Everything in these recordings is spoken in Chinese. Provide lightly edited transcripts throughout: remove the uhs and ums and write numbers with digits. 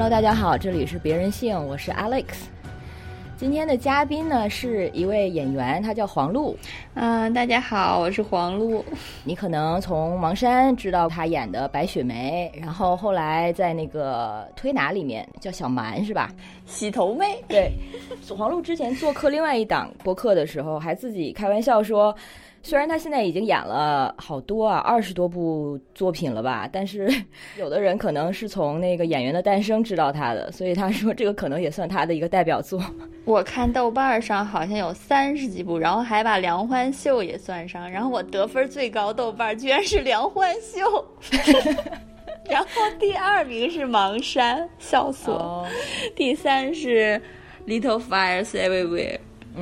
大家好，这里是别人性，我是 Alex。今天的嘉宾呢是一位演员，他叫黄璐。 大家好，我是黄璐。 你可能从盲山知道他演的白雪梅，然后后来在那个推拿里面叫小蛮是吧？ 洗头妹。 对，黄璐之前做客另外一档播客的时候，还自己开玩笑说，虽然他现在已经演了好多20多部作品了吧，但是有的人可能是从那个演员的诞生知道他的，所以他说这个可能也算他的一个代表作。 我看豆瓣上好像有30几部，然后还把梁欢秀也算上，然后我得分最高豆瓣居然是梁欢秀。然后第2名是盲山，笑死我。第3是 Little Fires Everywhere。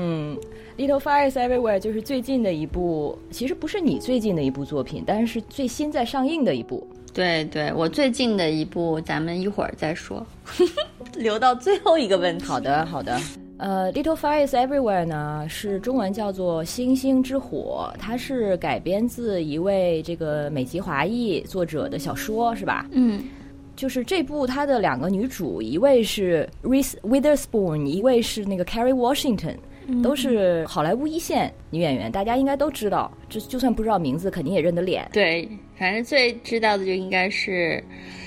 Little Fires Everywhere 就是最近的一部，其实不是你最近的一部作品，但是最新在上映的一部。 对对，我最近的一部咱们一会儿再说。留到最后一个问题。 好的好的。Little Fires Everywhere 呢是中文叫做星星之火，它是改编自一位这个美籍华裔作者的小说是吧？就是这部它的2个女主，一位是 Reese Witherspoon， 一位是那个 Kerry Washington，都是好莱坞一线女演员，大家应该都知道，就算不知道名字肯定也认得脸。 对，反正最知道的就应该是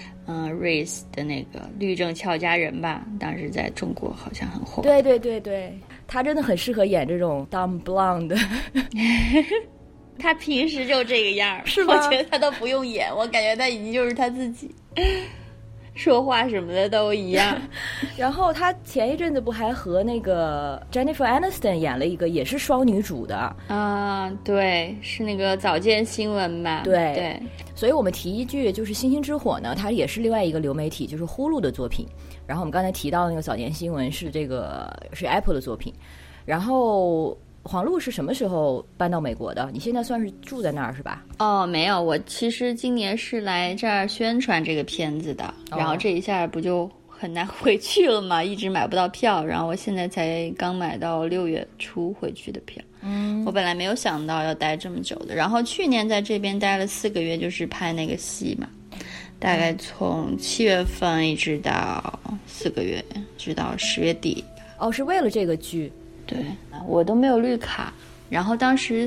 Reese 的那个律政俏佳人吧，当时在中国好像很红。 对对对对，她真的很适合演这种 dumb blonde。 她平时就这个样， 是吗？ 我觉得她都不用演，我感觉她已经就是她自己。说话什么的都一样。 然后他前一阵子不还和那个 Jennifer Aniston 演了一个也是双女主的对，是那个早间新闻吧。 对对， 所以我们提一句，就是星星之火呢，它也是另外一个流媒体，就是 Hulu 的作品。然后我们刚才提到那个早间新闻是是 Apple 的作品。然后黄璐是什么时候搬到美国的？你现在算是住在那儿是吧？ 没有，我其实今年是来这儿宣传这个片子的，然后这一下不就很难回去了嘛，一直买不到票，然后我现在才刚买到6月初回去的票。我本来没有想到要待这么久的，然后去年在这边待了4个月，就是拍那个戏嘛，大概从7月份一直到4个月，直到10月底。 是为了这个剧。 对，我都没有绿卡。然后当时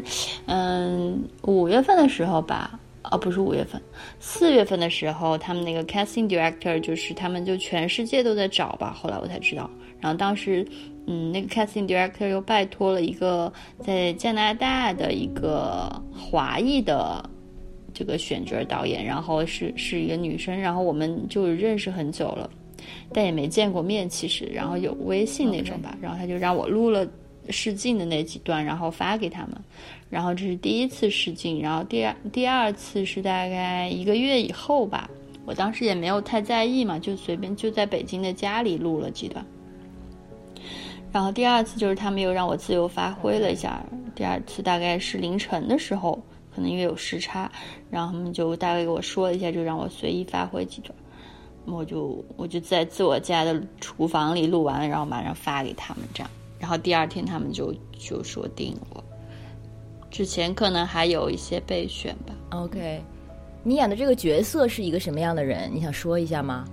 5月份的时候吧，不是5月份，4月份的时候他们那个 casting director 就是他们就全世界都在找吧，后来我才知道。然后当时那个 casting director 又拜托了一个在加拿大的一个华裔的这个选角导演，然后是一个女生，然后我们就认识很久了，但也没见过面其实，然后有微信那种吧。然后他就让我录了试镜的那几段，然后发给他们。然后这是第1次试镜，然后第二次是大概1个月以后吧，我当时也没有太在意嘛，就随便就在北京的家里录了几段。然后第2次就是他们又让我自由发挥了一下，第2次大概是凌晨的时候，可能因为有时差，然后他们就大概给我说了一下，就让我随意发挥几段。我就在自我家的厨房里录完了，然后马上发给他们这样。然后第2天他们就说定我，之前可能还有一些备选吧。 OK， 你演的这个角色是一个什么样的人？你想说一下吗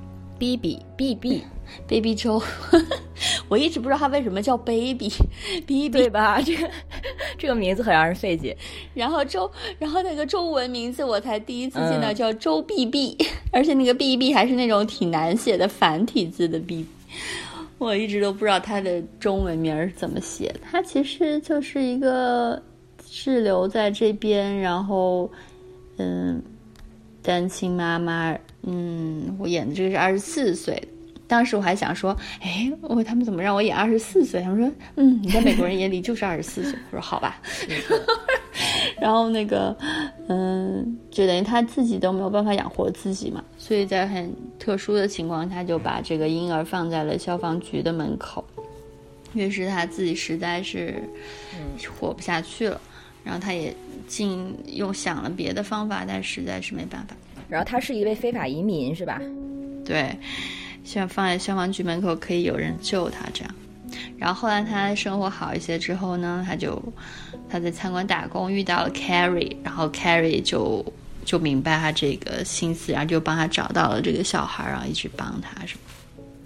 ？Baby 周。 我一直不知道他为什么叫 baby， 对吧？这个名字很让人费解。 然后那个中文名字我才第1次见到，叫周 BB，而且那个 BB 还是那种挺难写的繁体字的 BB。我一直都不知道他的中文名是怎么写的。他其实就是一个滞留在这边，然后单亲妈妈。我演的这个是24岁的。当时我还想说，他们怎么让我演24岁？他们说，你在美国人眼里就是24岁。我说好吧。然后那个，就等于他自己都没有办法养活自己嘛，所以在很特殊的情况，他就把这个婴儿放在了消防局的门口。于是他自己实在是活不下去了，然后他也又想了别的方法，但实在是没办法。 然后他是一位非法移民是吧？ 对，希望放在消防局门口可以有人救他这样。然后后来他生活好一些之后呢，他在餐馆打工遇到了 Carrie， 然后 Carrie 就明白他这个心思，然后就帮他找到了这个小孩，然后一直帮他什么。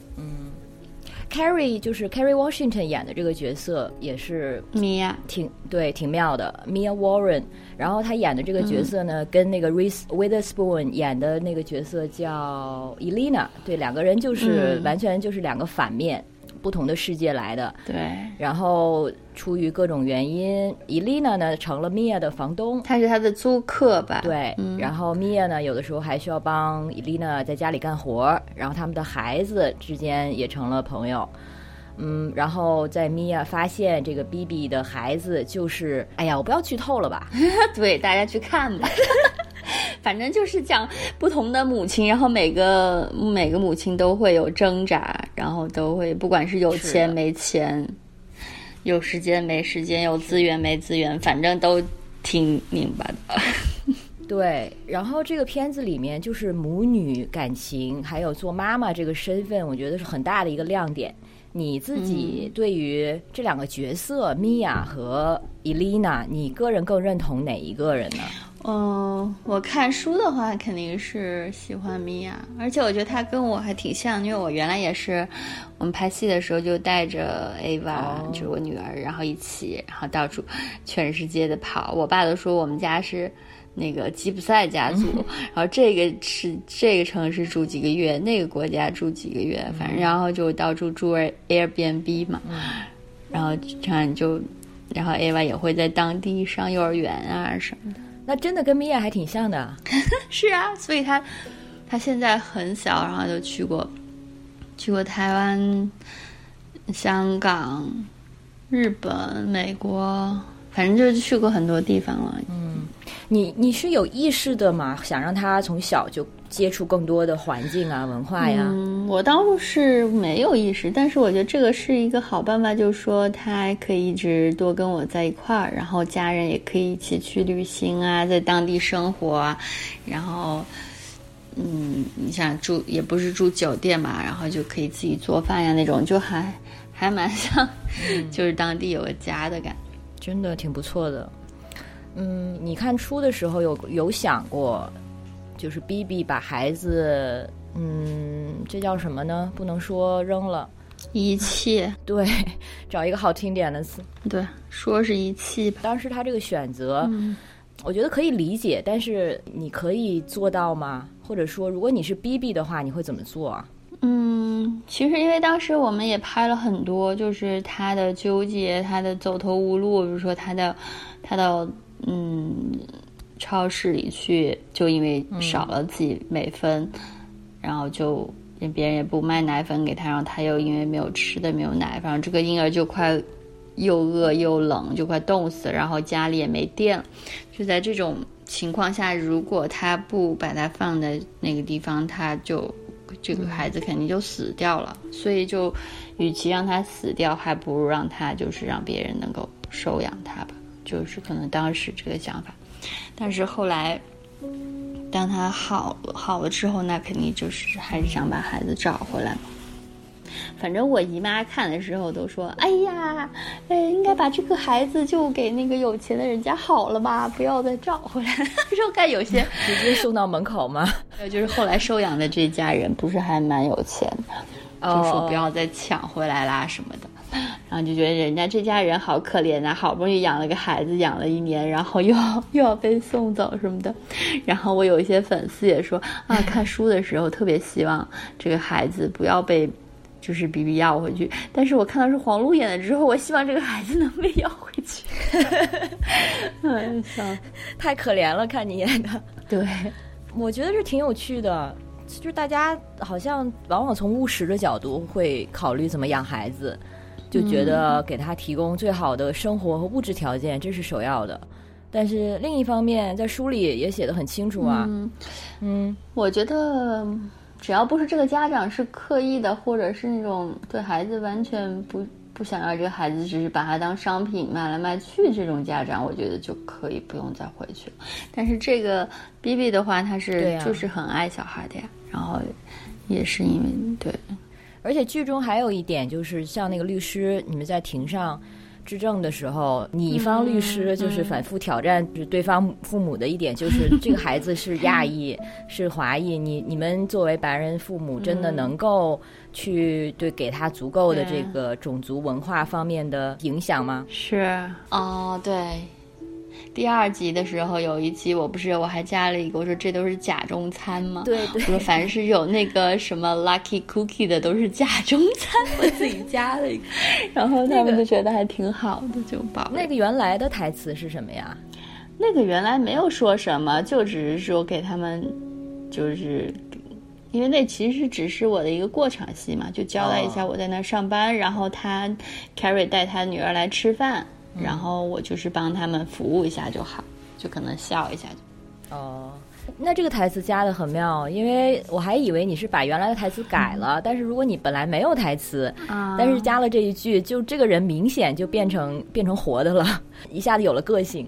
Kerry 就是 Kerry Washington 演的这个角色也是 Mia， 挺妙的 Mia Warren， 然后她演的这个角色呢，跟那个 Reese Witherspoon 演的那个角色叫 Elena， 对，两个人就是完全就是两个反面。不同的世界来的， 对。 然后出于各种原因 ，Elena 呢成了 Mia 的房东， 他是他的租客吧？ 对。然后 Mia 呢，有的时候还需要帮 Elena 在家里干活，然后他们的孩子之间也成了朋友。然后在 Mia 发现这个 BB 的孩子就是，哎呀，我不要剧透了吧？ 对，大家去看吧。反正就是讲不同的母亲，然后每个母亲都会有挣扎，然后都会不管是有钱没钱，有时间没时间，有资源没资源，反正都挺明白的。 对，然后这个片子里面就是母女感情，还有做妈妈这个身份，我觉得是很大的一个亮点。你自己对于这两个角色Mia 和 Elena， 你个人更认同哪一个人呢？ 我看书的话肯定是喜欢米娅，而且我觉得她跟我还挺像，因为我原来也是，我们拍戏的时候就带着 Ava，就是我女儿，然后一起，然后到处全世界的跑。我爸都说我们家是那个吉普赛家族，然后这个城市住几个月，那个国家住几个月，反正然后就到处住 Airbnb 嘛，然后这样然后 Ava 也会在当地上幼儿园啊什么的。 那真的跟米娅还挺像的。 是啊，所以他现在很小，然后就去过台湾、香港、日本、美国，反正就去过很多地方了。 你是有意识的吗？想让他从小就接触更多的环境啊、文化呀？ 我当初是没有意识，但是我觉得这个是一个好办法，就是说他可以一直多跟我在一块儿，然后家人也可以一起去旅行啊，在当地生活啊，然后你想住也不是住酒店嘛，然后就可以自己做饭呀，那种就还蛮像，就是当地有个家的感觉， 真的挺不错的。你看书的时候有想过，就是 BB 把孩子，这叫什么呢？不能说扔了， 遗弃。 对，找一个好听点的词。 对，说是遗弃吧。 当时他这个选择，我觉得可以理解，但是你可以做到吗？或者说，如果你是 BB 的话，你会怎么做啊？ 其实因为当时我们也拍了很多，就是他的纠结，他的走投无路，比如说他到超市里去，就因为少了几美分，然后就别人也不卖奶粉给他，然后他又因为没有吃的没有奶，反正这个婴儿就快又饿又冷，就快冻死了，然后家里也没电，就在这种情况下，如果他不把他放在那个地方，这个孩子肯定就死掉了，所以就与其让他死掉，还不如让他就是让别人能够收养他吧，就是可能当时这个想法。但是后来当他好了之后，那肯定就是还是想把孩子找回来嘛。反正我姨妈看的时候都说，哎呀，应该把这个孩子就给那个有钱的人家好了吧，不要再找回来。就看有些直接送到门口吗？ 就是后来收养的这家人不是还蛮有钱的，就说不要再抢回来啦什么的。然后就觉得人家这家人好可怜啊，好不容易养了个孩子，养了1年，然后又要被送走什么的。然后我有一些粉丝也说啊，看书的时候特别希望这个孩子不要被就是BB要回去，但是我看到是黄璐演的之后，我希望这个孩子能被要回去。 太可怜了，看你演的。 对， 我觉得是挺有趣的，就是大家好像往往从务实的角度会考虑怎么养孩子，就觉得给他提供最好的生活和物质条件，这是首要的。但是另一方面，在书里也写得很清楚啊。 我觉得只要不是这个家长是刻意的，或者是那种对孩子完全不想要这个孩子，只是把他当商品卖来卖去，这种家长我觉得就可以不用再回去了。但是这个 BB 的话，他是就是很爱小孩的呀，然后也是因为对， 而且剧中还有一点就是像那个律师，你们在庭上质证的时候，你方律师就是反复挑战对方父母的一点，就是这个孩子是亚裔是华裔，你们作为白人父母真的能够去给他足够的这个种族文化方面的影响吗？ 是哦，对。第2集的时候有一集我还加了一个，我说这都是假中餐吗？ 对对， 我说凡是有那个什么 lucky cookie 的都是假中餐，我自己加了一个，然后他们就觉得还挺好的，就报那个原来的台词是什么呀？ 那个原来没有说什么，就只是说给他们，就是因为那其实只是我的一个过场戏嘛，就交代一下我在那上班，然后Carrie 带他女儿来吃饭，然后我就是帮他们服务一下就好，就可能笑一下就。 哦，那这个台词加的很妙，因为我还以为你是把原来的台词改了，但是如果你本来没有台词，但是加了这一句，就这个人明显就变成活的了，一下子有了个性。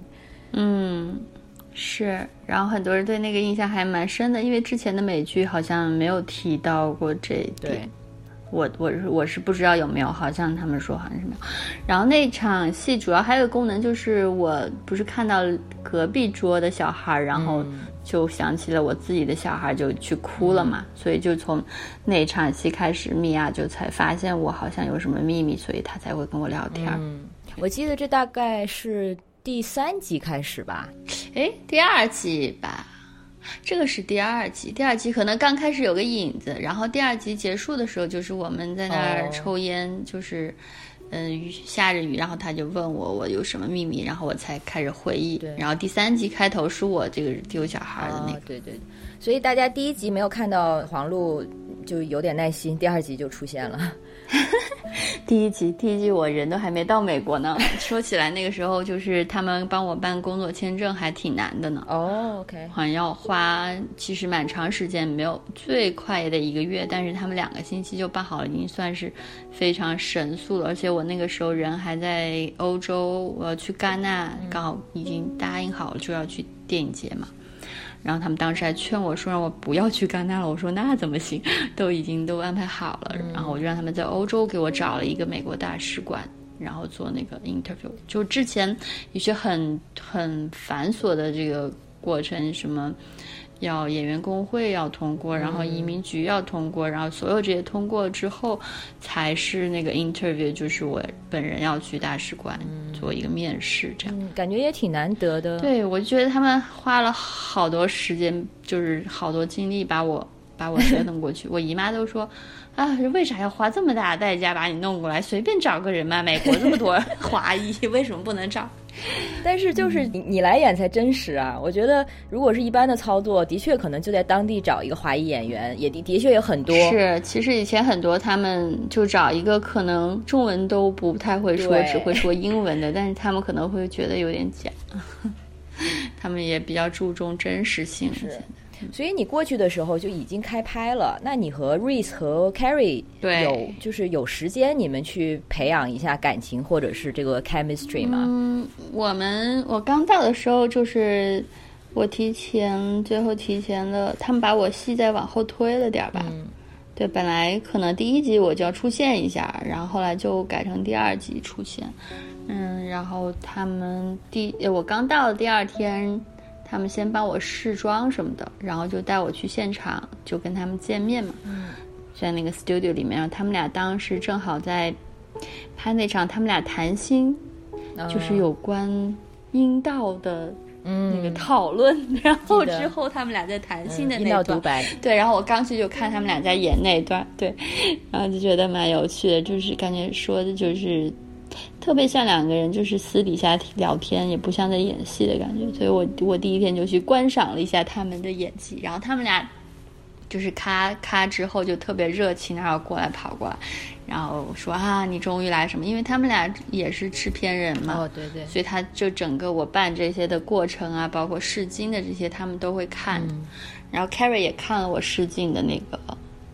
是，然后很多人对那个印象还蛮深的，因为之前的美剧好像没有提到过这一点。我是不知道有没有，好像他们说好像是没有。然后那场戏主要还有个功能，就是我不是看到隔壁桌的小孩，然后就想起了我自己的小孩，就去哭了嘛。所以就从那场戏开始，米娅就才发现我好像有什么秘密，所以她才会跟我聊天。 我记得这大概是第3集开始吧？ 第2集吧。这个是第2集，第2集可能刚开始有个影子，然后第2集结束的时候，就是我们在那儿抽烟，就是下着雨，然后他就问我有什么秘密，然后我才开始回忆。然后第3集开头是我这个丢小孩的那个。 对，所以大家第1集没有看到黄璐就有点耐心，第2集就出现了。 第一集我人都还没到美国呢。说起来那个时候就是他们帮我办工作签证还挺难的呢。 OK， 好像要花其实蛮长时间，没有最快也得1个月，但是他们2个星期就办好了，已经算是非常神速了。而且我那个时候人还在欧洲，我要去戛纳，刚好已经答应好了就要去电影节嘛。然后他们当时还劝我说让我不要去戛纳了，我说那怎么行，已经都安排好了。然后我就让他们在欧洲给我找了一个美国大使馆，然后做那个 interview。就之前一些很繁琐的这个过程，什么要演员工会要通过，然后移民局要通过，然后所有这些通过之后才是那个 interview， 就是我本人要去大使馆做一个面试，这样感觉也挺难得的。 对，我觉得他们花了好多时间，就是好多精力把我折腾过去。我姨妈都说啊，为啥要花这么大的代价把你弄过来？随便找个人嘛，美国这么多华裔，为什么不能找？ 但是就是你来演才真实啊！我觉得如果是一般的操作，的确可能就在当地找一个华裔演员，也的确有很多。 是，其实以前很多他们就找一个可能中文都不太会说，只会说英文的，但是他们可能会觉得有点假。他们也比较注重真实性。 是。所以你过去的时候就已经开拍了，那你和 Reese 和 Carrie 有时间你们去培养一下感情或者是这个 chemistry 吗？ 我刚到的时候就是我最后提前了，他们把我戏再往后推了点吧。对，本来可能第1集我就要出现一下，然后后来就改成第2集出现。然后他们我刚到的第2天。他们先帮我试妆什么的，然后就带我去现场，就跟他们见面嘛。在那个 studio 里面，他们俩当时正好在拍那场，他们俩谈心，就是有关阴道的那个讨论。然后之后他们俩在谈心的那段， 阴道独白。 对，然后我刚去就看他们俩在演那段，对，然后就觉得蛮有趣的，就是感觉说的就是。特别像2个人就是私底下聊天，也不像在演戏的感觉，所以我第1天就去观赏了一下他们的演技，然后他们俩就是咔之后就特别热情，然后跑过来，然后说啊你终于来什么，因为他们俩也是制片人嘛， 对，所以他就整个我办这些的过程啊，包括试镜的这些他们都会看，然后 Carrie 也看了我试镜的那个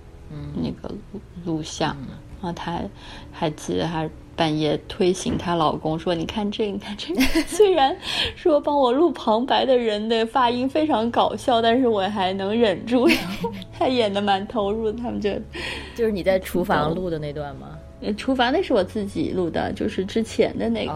录像，然后他还记得他半夜推醒她老公说你看这个虽然说帮我录旁白的人的发音非常搞笑，但是我还能忍住，然后他演得蛮投入的。他们就是你在厨房录的那段吗？ 厨房那是我自己录的，就是之前的那个。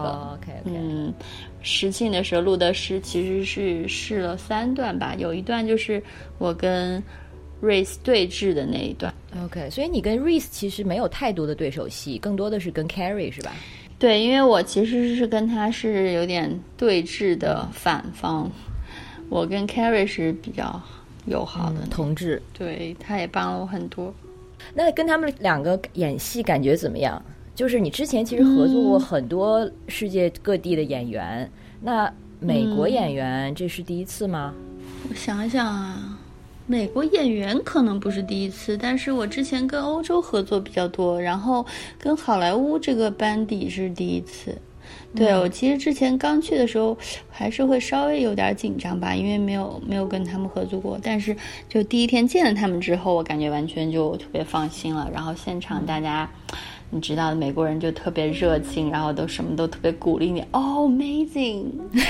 OK， 实境的时候录的其实是试了3段吧，有一段就是我跟 Reese 对峙的那一段。 OK， 所以你跟 Reese 其实没有太多的对手戏，更多的是跟 Carrie 是吧？ 对，因为我其实是跟他是有点对峙的反方，我跟 Carrie 是比较友好的同志， 对，他也帮了我很多。 那跟他们2个演戏感觉怎么样？就是你之前其实合作过很多世界各地的演员，那美国演员这是第一次吗？ 我想一想啊，美国演员可能不是第一次，但是我之前跟欧洲合作比较多，然后跟好莱坞这个班底是第一次。对，我其实之前刚去的时候还是会稍微有点紧张吧，因为没有跟他们合作过，但是就第一天见了他们之后，我感觉完全就特别放心了。然后现场大家你知道美国人就特别热情，然后都什么都特别鼓励你，amazing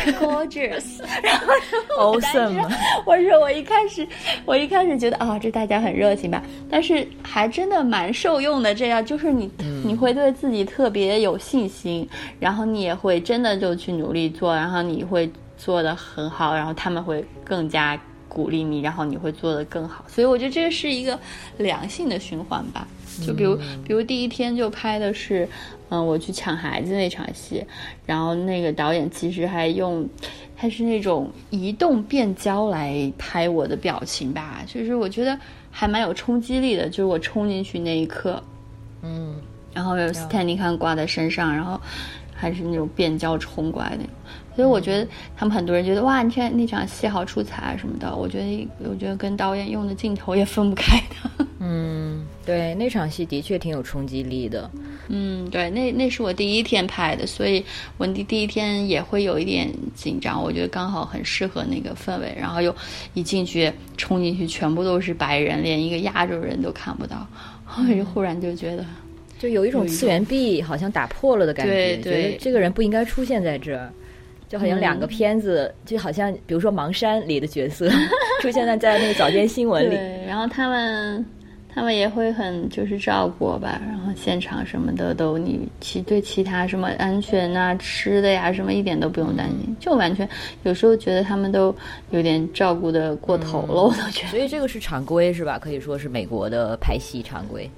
gorgeous 然后 awesome 我一开始觉得这大家很热情吧，但是还真的蛮受用的。这样就是你会对自己特别有信心，然后你也会真的就去努力做，然后你会做得很好，然后他们会更加鼓励你，然后你会做得更好。所以我觉得这是一个良性的循环吧。就比如第一天就拍的是我去抢孩子那场戏，然后那个导演其实还是那种移动变焦来拍我的表情吧，就是我觉得还蛮有冲击力的，就是我冲进去那一刻然后有斯坦尼康挂在身上，然后还是那种变焦冲过来那种。所以我觉得他们很多人觉得哇，你看那场戏好出彩什么的，我觉得跟导演用的镜头也分不开的。 对，那场戏的确挺有冲击力的。 对，那是我第一天拍的，所以我第一天也会有一点紧张。我觉得刚好很适合那个氛围，然后又一冲进去全部都是白人，连一个亚洲人都看不到，就忽然就觉得就有一种次元壁好像打破了的感觉， 对， 觉得这个人不应该出现在这儿。就好像2个片子，就好像比如说《盲山》里的角色出现在那个早间新闻里， 对，然后他们也会很就是照顾我吧，然后现场什么的都对其他什么安全啊、吃的呀什么一点都不用担心，就完全有时候觉得他们都有点照顾的过头了，我都觉得。 所以这个是常规是吧？可以说是美国的拍戏常规。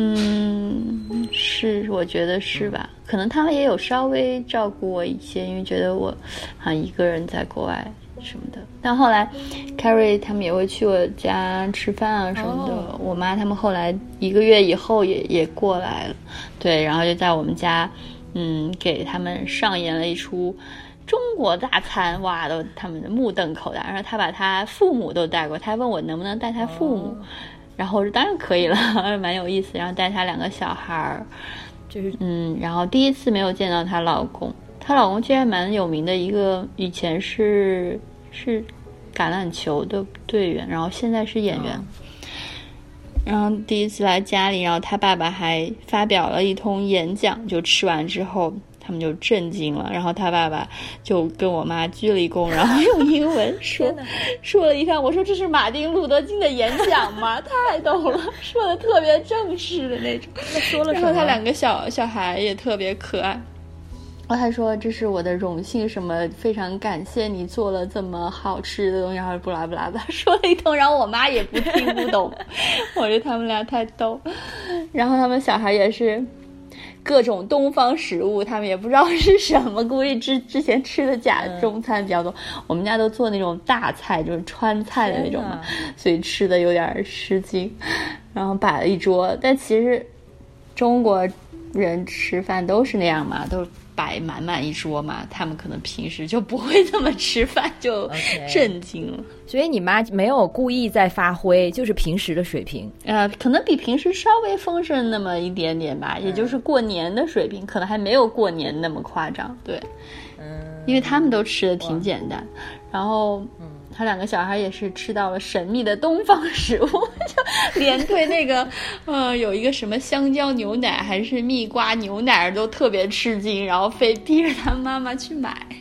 是，我觉得是吧？可能他们也有稍微照顾我一些，因为觉得我一个人在国外什么的。但后来 Carrie 他们也会去我家吃饭啊什么的，我妈他们后来1个月以后也过来了，对，然后就在我们家给他们上演了一出中国大餐，哇，都他们目瞪口呆。然后他把他父母都带过，他问我能不能带他父母，然后我说当然可以了，蛮有意思。然后带他2个小孩， 就是然后第一次没有见到她老公，她老公竟然蛮有名的一个，以前是橄榄球的队员，然后现在是演员。然后第一次来家里，然后他爸爸还发表了一通演讲，就吃完之后他们就震惊了，然后他爸爸就跟我妈鞠了一躬，然后用英文说了一番。我说这是马丁路德金的演讲吗？太逗了，说的特别正式的那种。 那说了什么？ 然后他2个小孩也特别可爱。他说这是我的荣幸，什么非常感谢你做了这么好吃的东西，然后不拉不拉的说了一通，然后我妈也听不懂我觉得他们俩太逗。然后他们小孩也是各种东方食物，他们也不知道是什么，估计之前吃的假中餐比较多。我们家都做那种大菜，就是川菜的那种嘛，所以吃的有点吃惊。然后摆了一桌，但其实中国人吃饭都是那样嘛，都摆满一桌嘛，他们可能平时就不会这么吃饭，就震惊了。 所以你妈没有故意在发挥，就是平时的水平。 可能比平时稍微丰盛那么一点点吧，也就是过年的水平，可能还没有过年那么夸张。对，因为他们都吃的挺简单，然后他2个小孩也是吃到了神秘的东方食物，就连对那个有一个什么香蕉牛奶还是蜜瓜牛奶都特别吃惊，然后非逼着他妈妈去买。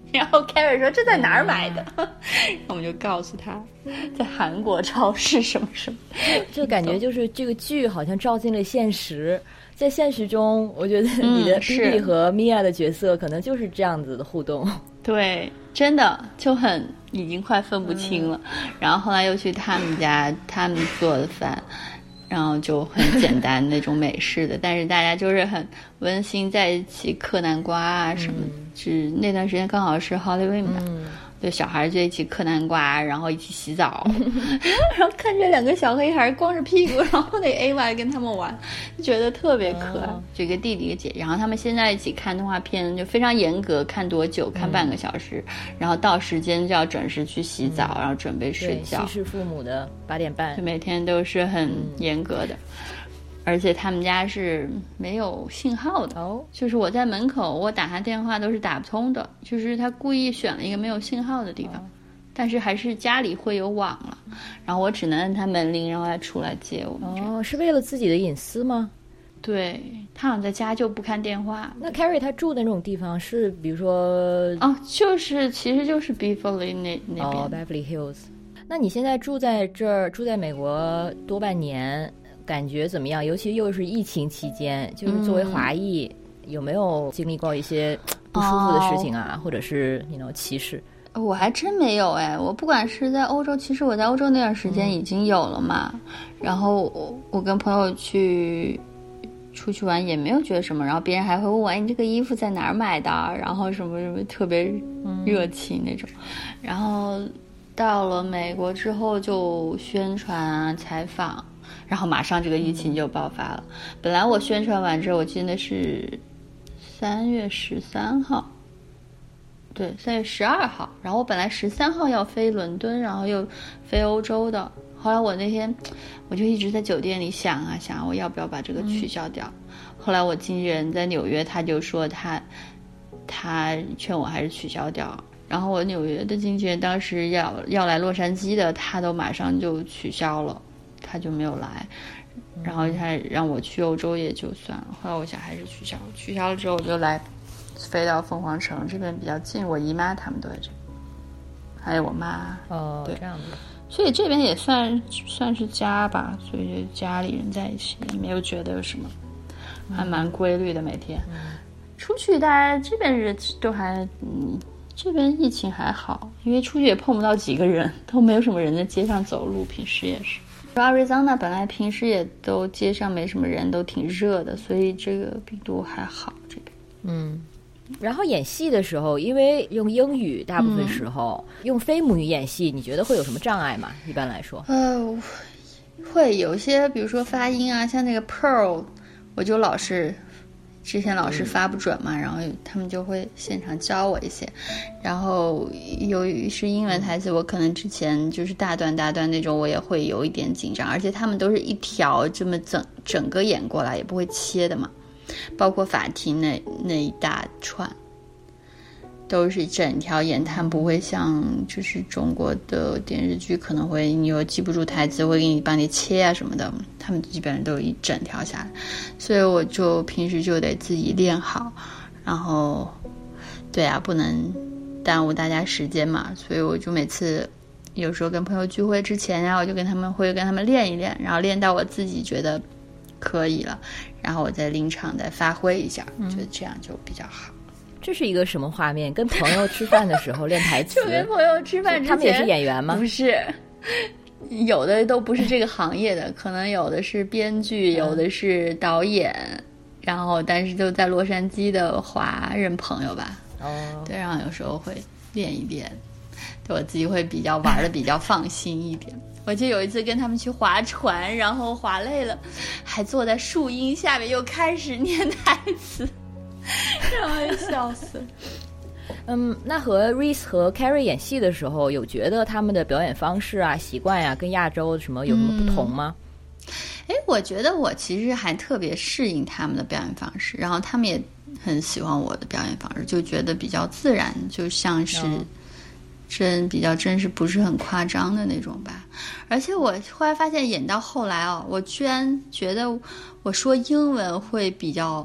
然后 Carrie 说这在哪儿买的？我们就告诉他在韩国超市什么什么。 这感觉就是这个剧好像照进了现实，在现实中我觉得你的 BB 和 Mia 的角色可能就是这样子的互动。 对，真的就很已经快分不清了。然后后来又去他们家，他们做的饭，然后就很简单那种美式的，但是大家就是很温馨，在一起嗑南瓜啊什么。是那段时间刚好是 Halloween 嘛，对，小孩就一起嗑南瓜，然后一起洗澡，然后看着两个小黑孩光着屁股，然后那 AY 跟他们玩，就觉得特别可爱。就一个弟弟一个姐，然后他们现在一起看动画片，就非常严格，看多久？看半个小时，然后到时间就要准时去洗澡，然后准备睡觉。 西式父母的8点半， 就每天都是很严格的。而且他们家是没有信号的，就是我在门口，我打他电话都是打不通的，就是他故意选了一个没有信号的地方，但是还是家里会有网了，然后我只能按他门铃，然后他出来接我们。 是为了自己的隐私吗？ 对，他好像在家就不看电话。 那 Carrie 他住的那种地方是比如说其实就是 Beverly 那边 Beverly Hills。那你现在住在这儿，住在美国多半年，感觉怎么样？尤其又是疫情期间，就是作为华裔，有没有经历过一些不舒服的事情啊，或者是歧视？ 我还真没有我不管是在欧洲，其实我在欧洲那段时间已经有了嘛，然后我跟朋友出去玩也没有觉得什么，然后别人还会问我你这个衣服在哪儿买的，然后什么什么特别热情那种。然后到了美国之后就宣传啊采访，然后马上这个疫情就爆发了。本来我宣传完之后，我记得是3月13号，对，3月12号，然后我本来13号要飞伦敦，然后又飞欧洲的。后来我那天我就一直在酒店里想我要不要把这个取消掉。后来我经纪人在纽约，他就说他劝我还是取消掉。然后我纽约的经纪人当时要来洛杉矶的，他都马上就取消了，他就没有来。然后他让我去欧洲也就算了，后来我想还是取消了之后我就飞到凤凰城这边比较近，我姨妈他们都在这边，还有我妈。对， 这样子。 所以这边也算是家吧，所以就家里人在一起，也没有觉得有什么，还蛮规律的每天。出去大家这边人都还这边疫情还好，因为出去也碰不到几个人，都没有什么人在街上走路，平时也是。Arizona 本来平时也都街上没什么人，都挺热的，所以这个病毒还好这边。 然后演戏的时候，因为用英语大部分时候，用非母语演戏，你觉得会有什么障碍吗？一般来说， 会有一些，比如说发音啊，像那个 Pearl， 我就之前老师发不准嘛，然后他们就会现场教我一些。然后由于是英文台词，我可能之前就是大段那种，我也会有一点紧张，而且他们都是一条这么整个演过来，也不会切的嘛。包括法庭那一大串都是整条演，他们不会像就是中国的电视剧可能会你又记不住台词会帮你切啊什么的，他们基本上都一整条下来，所以我就平时就得自己练好，然后对啊，不能耽误大家时间嘛，所以我就每次有时候跟朋友聚会之前啊，我就跟他们练一练，然后练到我自己觉得可以了，然后我在临场再发挥一下，觉得这样就比较好。 这是一个什么画面？跟朋友吃饭的时候练台词？ 就跟朋友吃饭之前， 他们也是演员吗？ 不是，有的都不是这个行业的，可能有的是编剧，有的是导演，然后但是就在洛杉矶的华人朋友吧。对，然后有时候会练一练，对我自己会比较玩的比较放心一点。我就有一次跟他们去划船，然后划累了，还坐在树荫下面又开始念台词，让我笑死了。 那和 Reese 和 Carrie 演戏的时候，有觉得他们的表演方式啊、习惯呀、跟亚洲什么有什么不同吗？ 我觉得我其实还特别适应他们的表演方式，然后他们也很喜欢我的表演方式，就觉得比较自然，就像是比较真实，不是很夸张的那种吧。而且我后来发现演到后来我居然觉得我说英文会比较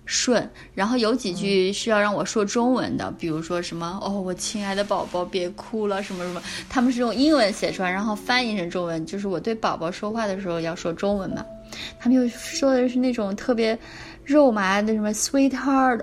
顺，然后有几句是要让我说中文的，比如说什么我亲爱的宝宝别哭了什么什么，他们是用英文写出来，然后翻译成中文，就是我对宝宝说话的时候要说中文嘛。他们又说的是那种特别肉麻的什么 sweetheart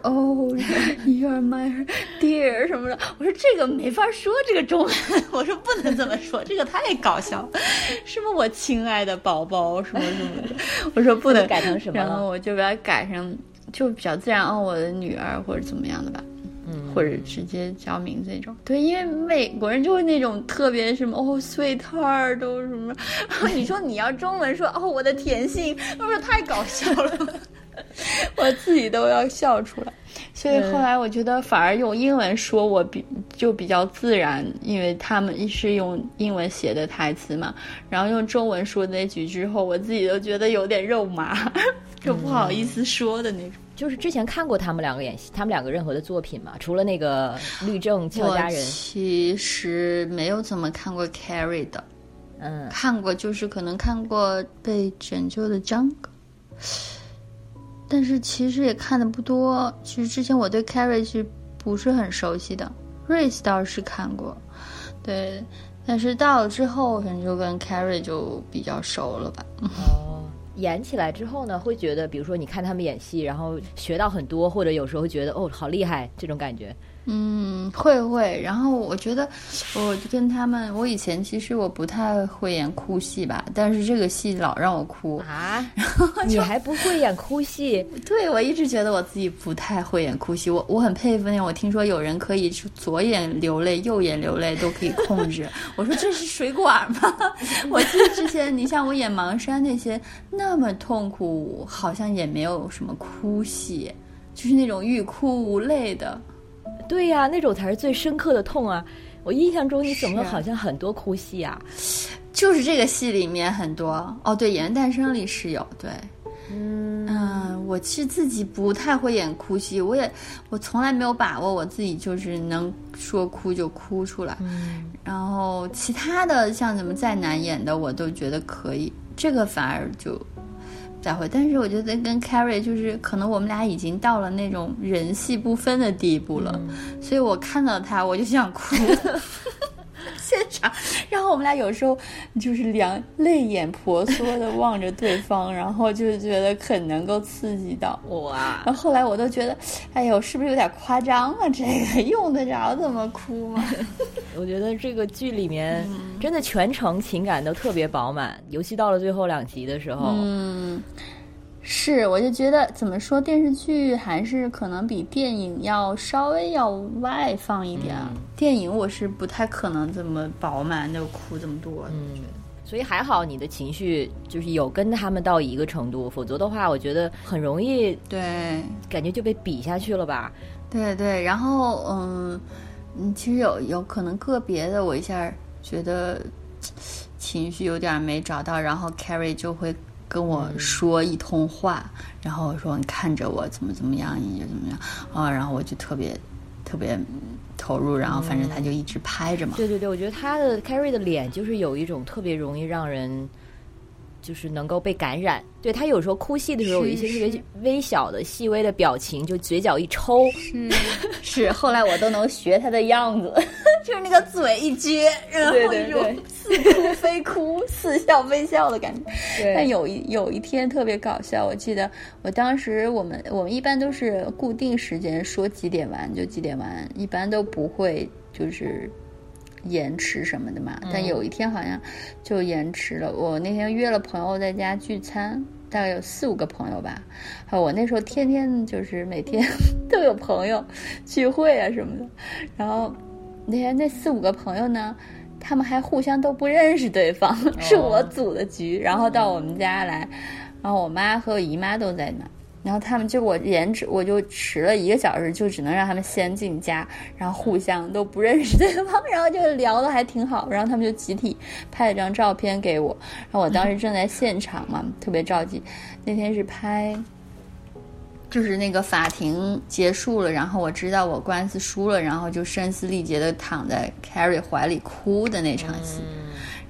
you're my dear 什么的，我说这个没法说这个中文，我说不能这么说，这个太搞笑，什么我亲爱的宝宝什么什么的，我说不能改成什么了， 然后我就把它改成就比较自然我的女儿或者怎么样的吧，或者直接叫名字那种。对，因为美国人就会那种特别什么sweetheart 都什么，你说你要中文说我的甜心，我说太搞笑了，我自己都要笑出来。所以后来我觉得反而用英文说我就比较自然，因为他们是用英文写的台词嘛，然后用中文说那句之后，我自己都觉得有点肉麻，就不好意思说的那种。 就是之前看过他们两个演戏，他们两个任何的作品嘛？除了那个律政俏佳人， 我其实没有怎么看过 Carrie 的，看过就是可能看过被拯救的张哥，但是其实也看的不多。其实之前我对 Carrie 是不是很熟悉的 ，Race 倒是看过，对，但是到了之后可能就跟 Carrie 就比较熟了吧。 演起来之后呢，会觉得比如说你看他们演戏然后学到很多，或者有时候会觉得好厉害这种感觉。 会，然后我觉得我跟他们，我以前其实我不太会演哭戏吧，但是这个戏老让我哭啊。你还不会演哭戏？ 对，我一直觉得我自己不太会演哭戏，我很佩服那种，我听说有人可以左眼流泪右眼流泪都可以控制我说这是水管吗？我记得之前你像我演盲山那些那么痛苦，好像也没有什么哭戏，就是那种欲哭无泪的。 对呀，那种才是最深刻的痛啊！我印象中你怎么好像很多哭戏啊？ 就是这个戏里面很多对，《演员诞生》里是有，对，我其实自己不太会演哭戏，我从来没有把握我自己就是能说哭就哭出来，然后其他的像怎么再难演的我都觉得可以，这个反而就再会。但是我觉得跟 Carrie 就是可能我们俩已经到了那种人戏不分的地步了，所以我看到他我就想哭现场，然后我们俩有时候就是泪眼婆娑的望着对方然后就觉得很能够刺激到哇。 然后后来我都觉得哎呦是不是有点夸张啊，这个用得着这么哭吗？ 我觉得这个剧里面真的全程情感都特别饱满，尤其到了最后2集的时候。 是，我就觉得怎么说，电视剧还是可能比电影要稍微要外放一点。电影我是不太可能这么饱满的哭这么多。 所以还好你的情绪就是有跟他们到一个程度，否则的话我觉得很容易对感觉就被比下去了吧。 对，然后其实有可能个别的我一下觉得情绪有点没找到，然后 Carrie 就会跟我说一通话，然后我说你看着我怎么样你就怎么样然后我就特别投入，然后反正他就一直拍着嘛。 对，我觉得他的 Carrie 的脸就是有一种特别容易让人就是能够被感染。对，他有时候哭戏的时候有一些特别微小的细微的表情，就嘴角一抽， 是后来我都能学他的样子就是那个嘴一撅，然后一种似哭非哭似笑非笑的感觉。但有一天特别搞笑，我记得我当时我们一般都是固定时间说几点完就几点完，一般都不会就是延迟什么的嘛。但有一天好像就延迟了，我那天约了朋友在家聚餐，大概有4-5个朋友吧。我那时候天天就是每天都有朋友聚会啊什么的，然后那天那4-5个朋友呢，他们还互相都不认识对方，是我组的局，然后到我们家来，然后我妈和我姨妈都在那，然后他们就我就迟了1个小时，就只能让他们先进家，然后互相都不认识对方，然后就聊得还挺好，然后他们就集体拍了张照片给我，然后我当时正在现场嘛，特别着急。那天是拍就是那个法庭结束了，然后我知道我官司输了，然后就声嘶力竭的躺在 Carrie 怀里哭的那场戏。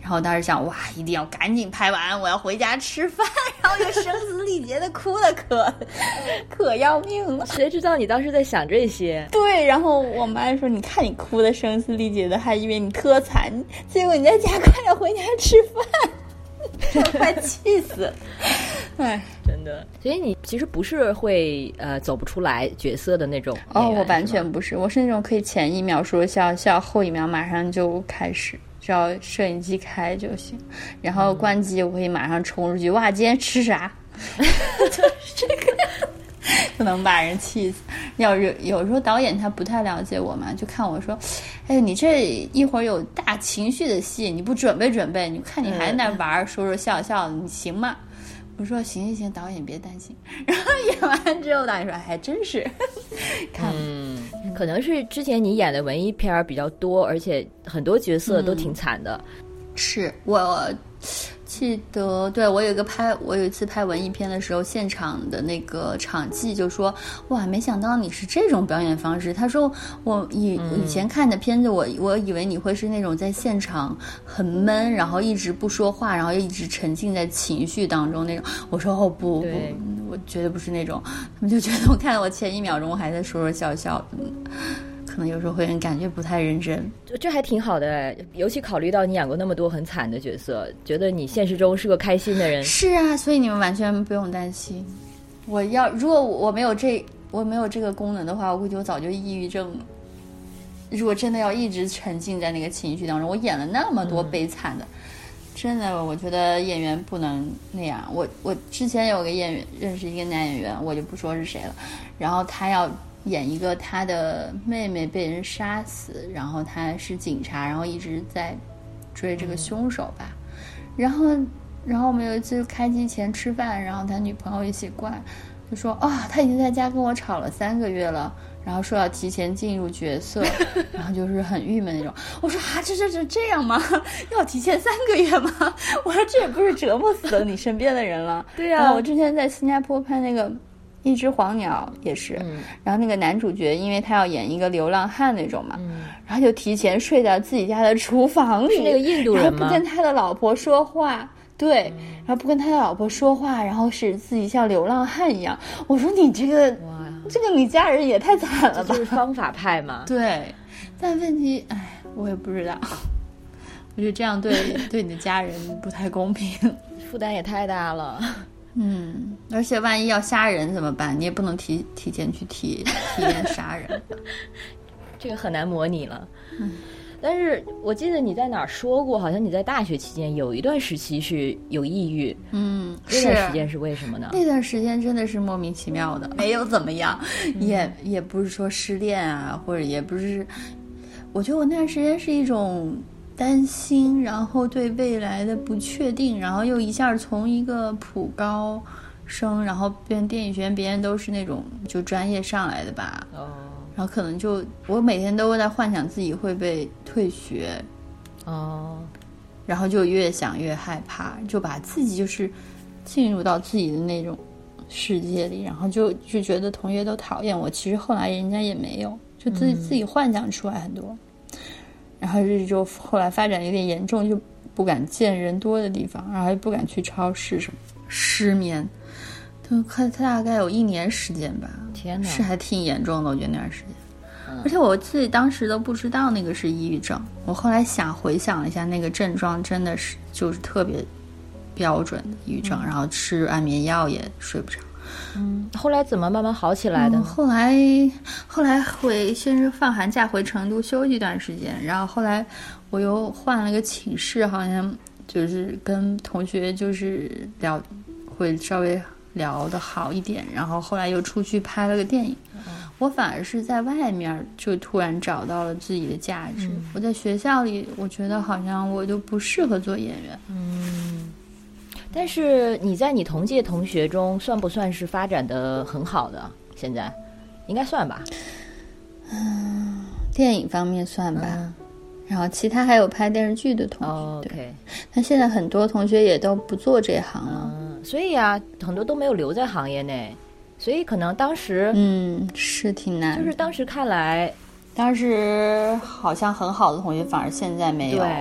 然后当时想，哇，一定要赶紧拍完，我要回家吃饭，然后就声嘶力竭的哭的可要命了。 谁知道你当时在想这些？ 对，然后我妈说，你看你哭的声嘶力竭的，还以为你特惨，结果你在家快要回家吃饭，快气死了。哎， 真的。所以你其实不是会走不出来角色的那种哦，我完全不是，我是那种可以前1秒说笑，后1秒马上就开始，只要摄影机开就行，然后关机我可以马上冲出去，哇，今天吃啥？就是这个。不能把人气死。有时候导演他不太了解我嘛，就看我说，哎，你这一会儿有大情绪的戏，你不准备，你看你还在那玩，说笑笑的，你行吗？我说行，导演别担心。然后演完之后，导演说还真是，看， 可能是之前你演的文艺片比较多，而且很多角色都挺惨的。 是我记得，对，我有一次拍文艺片的时候，现场的那个场记就说，哇，没想到你是这种表演方式。他说我以前看的片子，我以为你会是那种在现场很闷，然后一直不说话，然后一直沉浸在情绪当中那种。我说哦不，我绝对不是那种。他们就觉得我看我前1秒钟还在说笑笑的。可能有时候会感觉不太认真， 这还挺好的，尤其考虑到你演过那么多很惨的角色，觉得你现实中是个开心的人。 是啊，所以你们完全不用担心。如果我没有这个功能的话，我估计我早就抑郁症了。如果真的要一直沉浸在那个情绪当中，我演了那么多悲惨的，真的，我觉得演员不能那样。我之前有个演员认识一个男演员，我就不说是谁了，然后他要演一个他的妹妹被人杀死，然后他是警察，然后一直在追这个凶手吧。然后我们有一次开机前吃饭，然后他女朋友一起过来，就说他已经在家跟我吵了3个月了，然后说要提前进入角色，然后就是很郁闷那种。我说这样吗？要提前3个月吗？我说这也不是折磨死了你身边的人了。 对呀， 我之前在新加坡拍那个一只黄鸟也是，然后那个男主角因为他要演一个流浪汉那种嘛，然后就提前睡到自己家的厨房里， 是那个印度人吗？ 然后不跟他的老婆说话，对，然后不跟他的老婆说话，然后使自己像流浪汉一样。我说你这个你家人也太惨了吧？ 就是方法派嘛。 对，但问题，我也不知道，我觉得这样对你的家人不太公平， 负担也太大了。 而且万一要杀人怎么办？你也不能提前去体验杀人， 这个很难模拟了。但是我记得你在哪儿说过，好像你在大学期间有一段时期是有抑郁。那段时间是为什么呢？ 那段时间真的是莫名其妙的，没有怎么样，也不是说失恋啊，或者也不是，我觉得我那段时间是一种担心，然后对未来的不确定，然后又一下从一个普高生，然后变电影学院，别人都是那种就专业上来的吧，然后可能就我每天都在幻想自己会被退学，然后就越想越害怕，就把自己就是进入到自己的那种世界里，然后就觉得同学都讨厌我，其实后来人家也没有，就自己幻想出来很多。然后就后来发展有点严重，就不敢见人多的地方，然后也不敢去超市什么，失眠，他大概有1年时间吧。 天哪， 是还挺严重的，我觉得那段时间。而且我自己当时都不知道那个是抑郁症，我后来回想了一下，那个症状真的是就是特别标准的抑郁症，然后吃安眠药也睡不着。 后来怎么慢慢好起来的？ 后来先是放寒假回成都休息一段时间，然后后来我又换了个寝室，好像就是跟同学就是会稍微聊得好一点，然后后来又出去拍了个电影。我反而是在外面就突然找到了自己的价值。我在学校里，我觉得好像我就不适合做演员。 但是你在你同届同学中算不算是发展的很好的？现在应该算吧。 电影方面算吧。然后其他还有拍电视剧的同学。 OK。 但现在很多同学也都不做这行了。 所以啊，很多都没有留在行业内。所以可能当时是挺难， 就是当时看来， 当时好像很好的同学反而现在没有，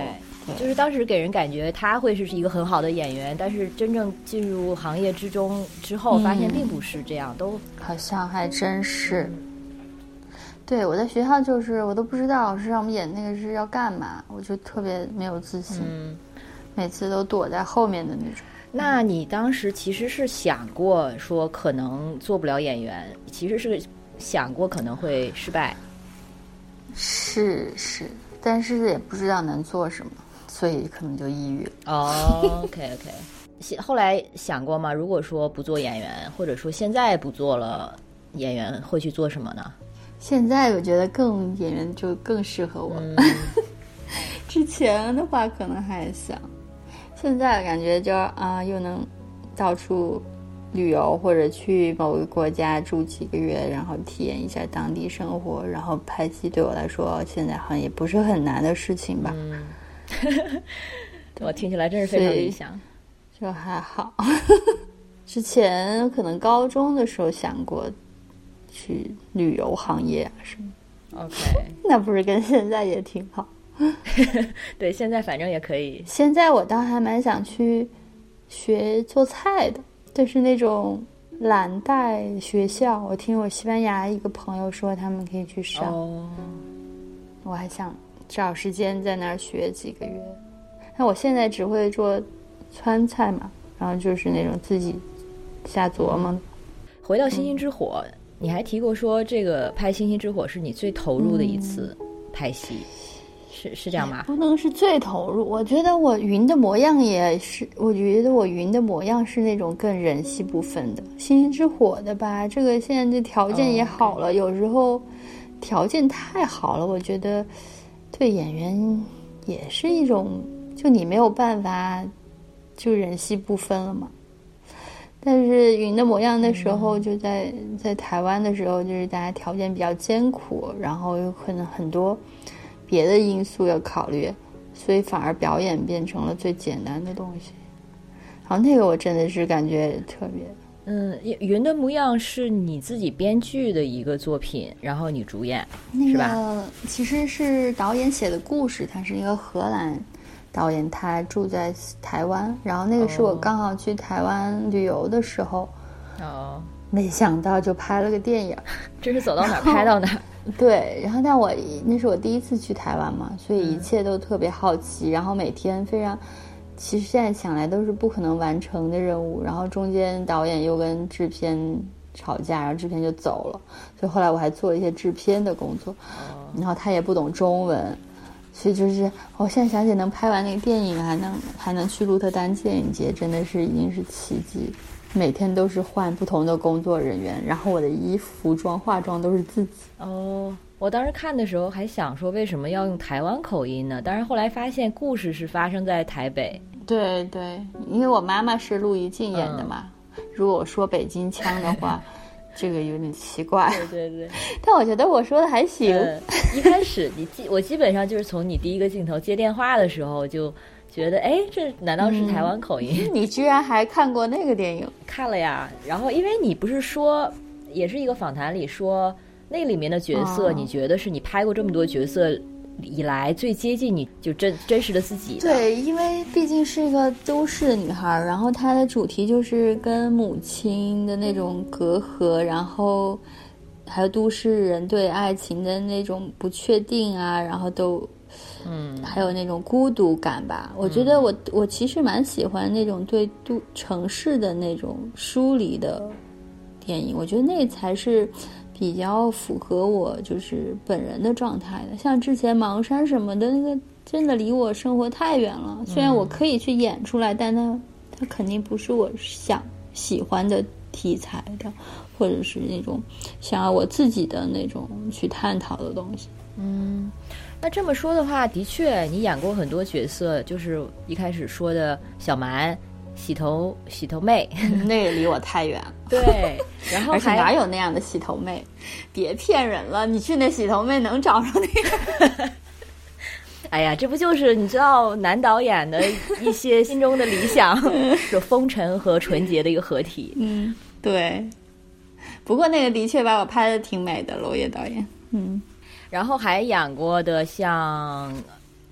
就是当时给人感觉他会是一个很好的演员，但是真正进入行业之后发现并不是这样，都好像还真是。对，我在学校就是我都不知道老师让我们演那个是要干嘛，我就特别没有自信，每次都躲在后面的那种。 那你当时其实是想过说可能做不了演员，其实是想过可能会失败。 是，但是也不知道能做什么，所以可能就抑郁了。OK， 后来想过吗？如果说不做演员，或者说现在不做了演员，会去做什么呢？ 现在我觉得演员就更适合我。之前的话可能还想，现在感觉就又能到处旅游，或者去某个国家住几个月，然后体验一下当地生活，然后拍戏对我来说现在好像也不是很难的事情吧。 我听起来真是非常理想。 就还好。之前可能高中的时候想过去旅游行业什么。 OK， 那不是跟现在也挺好。 对，现在反正也可以。 现在我倒还蛮想去学做菜的，就是那种蓝带学校，我听我西班牙一个朋友说他们可以去上。我还想找时间在那儿学几个月。那我现在只会做川菜嘛，然后就是那种自己瞎琢磨。 回到星星之火，你还提过说这个拍星星之火是你最投入的一次拍戏。是这样吗？ 不能是最投入，我觉得我云的模样也是，我觉得我云的模样是那种更人戏部分的。星星之火的吧，这个现在的条件也好了，有时候条件太好了，我觉得对演员也是一种，就你没有办法就人戏不分了嘛。但是云的模样的时候，就在台湾的时候，就是大家条件比较艰苦，然后有可能很多别的因素要考虑，所以反而表演变成了最简单的东西。然后那个我真的是感觉特别。 云的模样是你自己编剧的一个作品，然后你主演，是吧？ 其实是导演写的故事，他是一个荷兰导演，他住在台湾，然后那个是我刚好去台湾旅游的时候，没想到就拍了个电影。 真是走到哪儿拍到哪儿。 对，然后那是我第一次去台湾嘛，所以一切都特别好奇，然后每天非常，其实现在想来都是不可能完成的任务，然后中间导演又跟制片吵架，然后制片就走了，所以后来我还做了一些制片的工作，然后他也不懂中文，所以就是我现在想起能拍完那个电影，还能去鹿特丹电影节，真的是已经是奇迹。每天都是换不同的工作人员，然后我的衣服、服装、化妆都是自己。 我当时看的时候还想说为什么要用台湾口音呢？但是后来发现故事是发生在台北。 对，因为我妈妈是陆一静演的嘛，如果我说北京腔的话这个有点奇怪。 对但我觉得我说的还行。 一开始我基本上就是从你第一个镜头接电话的时候就觉得，这难道是台湾口音？ 你居然还看过那个电影？ 看了呀。然后因为你不是说，也是一个访谈里说，那里面的角色，你觉得是你拍过这么多角色以来最接近你就真实的自己的。 对，因为毕竟是一个都市的女孩，然后她的主题就是跟母亲的那种隔阂，然后还有都市人对爱情的那种不确定啊，然后还有那种孤独感吧。我觉得我其实蛮喜欢那种对城市的那种疏离的电影，我觉得那才是比较符合我就是本人的状态的。像之前盲山什么的，那个真的离我生活太远了，虽然我可以去演出来，但它肯定不是我喜欢的题材的，或者是那种想要我自己的那种去探讨的东西。 那这么说的话，的确你演过很多角色，就是一开始说的小蛮、洗头妹， 那个离我太远了。 对，然后而且哪有那样的洗头妹？别骗人了，你去那洗头妹能找着那个？ 哎呀，这不就是你知道男导演的一些心中的理想，就风尘和纯洁的一个合体。 对。不过那个的确把我拍的挺美的，娄烨导演。 然后还演过的像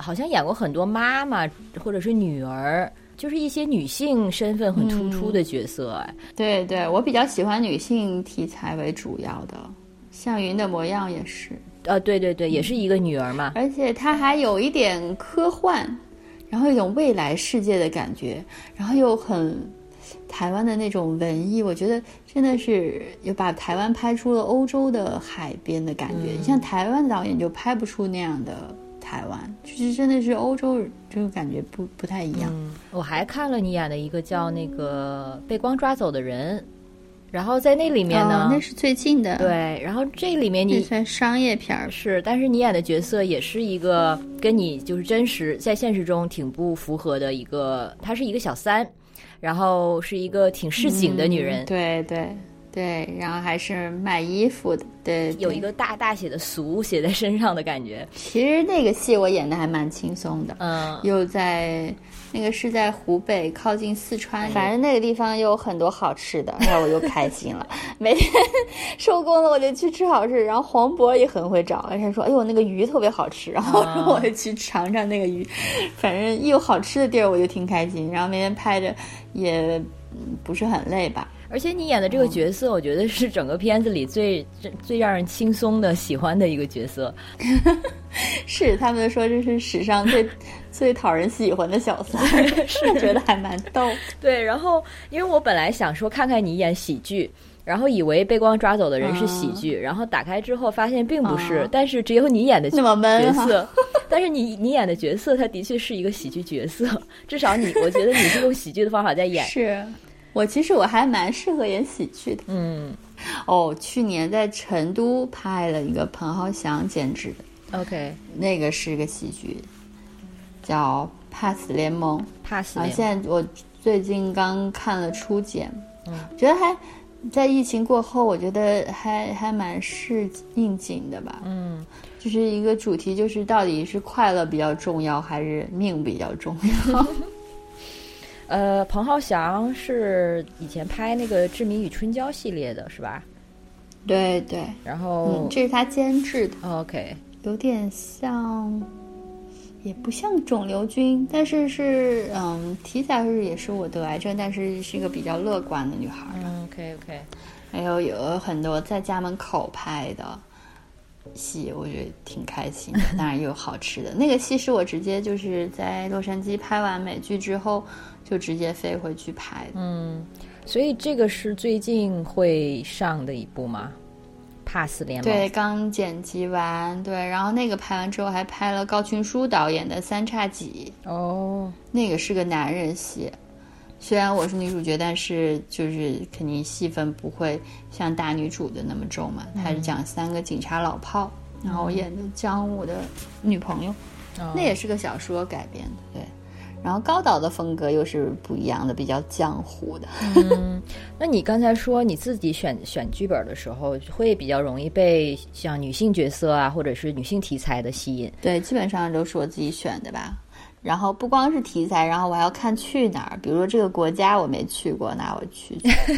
好像演过很多妈妈或者是女儿，就是一些女性身份很突出的角色。 对对，我比较喜欢女性题材为主要的，像云的模样也是。 对对对，也是一个女儿嘛。 而且它还有一点科幻，然后有一种未来世界的感觉，然后又很台湾的那种文艺，我觉得真的是有把台湾拍出了欧洲的海边的感觉。你像台湾的导演就拍不出那样的台湾，就是真的是欧洲这个感觉不太一样。 我还看了你演的一个叫那个被光抓走的人，然后在那里面呢， 那是最近的。 对，然后这里面你算商业片是，但是你演的角色也是一个跟你就是真实在现实中挺不符合的一个，她是一个小三，然后是一个挺市井的女人。 对对对，然后还是卖衣服的。对， 有一个大大写的俗写在身上的感觉。 其实那个戏我演的还蛮轻松的，又在那个是在湖北靠近四川，反正那个地方有很多好吃的，然后我又开心了。每天收工了我就去吃好吃，然后黄渤也很会找，而且说哎呦那个鱼特别好吃，然后我就去尝尝那个鱼，反正一有好吃的地儿我就挺开心，然后每天拍着也不是很累吧。 而且你演的这个角色，我觉得是整个片子里最让人轻松的、喜欢的一个角色。 是，他们说这是史上最讨人喜欢的小三，是觉得还蛮逗。 对，然后因为我本来想说看看你演喜剧，然后以为被光抓走的人是喜剧，然后打开之后发现并不是，但是只有你演的角色，但是你演的角色，它的确是一个喜剧角色，至少我觉得你是用喜剧的方法在演。 是。其实我还蛮适合演喜剧的。去年在成都拍了一个彭浩翔监制的 ，OK， 那个是个喜剧，叫《怕死联盟》。 怕死联盟。 现在我最近刚看了初剪，觉得还在疫情过后，我觉得还蛮适应景的吧。就是一个主题，就是到底是快乐比较重要，还是命比较重要？ 彭浩翔是以前拍那个《志明与春娇》系列的，是吧？ 对对。 然后， 这是他监制的。 OK， 有点像，也不像肿瘤君，但是题材也是我得癌症，但是是一个比较乐观的女孩。 OK。 还有很多在家门口拍的戏，我觉得挺开心的。当然也有好吃的。那个戏是我直接就是在洛杉矶拍完美剧之后，就直接飞回去拍的。 所以这个是最近会上的一部吗？怕死联盟。 对，刚剪辑完。对，然后那个拍完之后还拍了高群书导演的《三叉戟》。那个是个男人戏，虽然我是女主角，但是就是肯定戏份不会像大女主的那么重嘛。他是讲3个警察老炮，然后我演的江武的女朋友。那也是个小说改编的。对，然后高导的风格又是不一样的，比较江湖的。 那你刚才说你自己选剧本的时候，会比较容易被像女性角色啊，或者是女性题材的吸引？ 对，基本上都是我自己选的吧。然后不光是题材，然后我还要看去哪儿。比如说这个国家我没去过，那我去。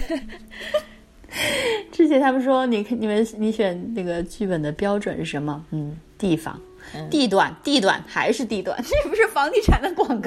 之前他们说你选那个剧本的标准是什么？地方。地段还是地段，这不是房地产的广告。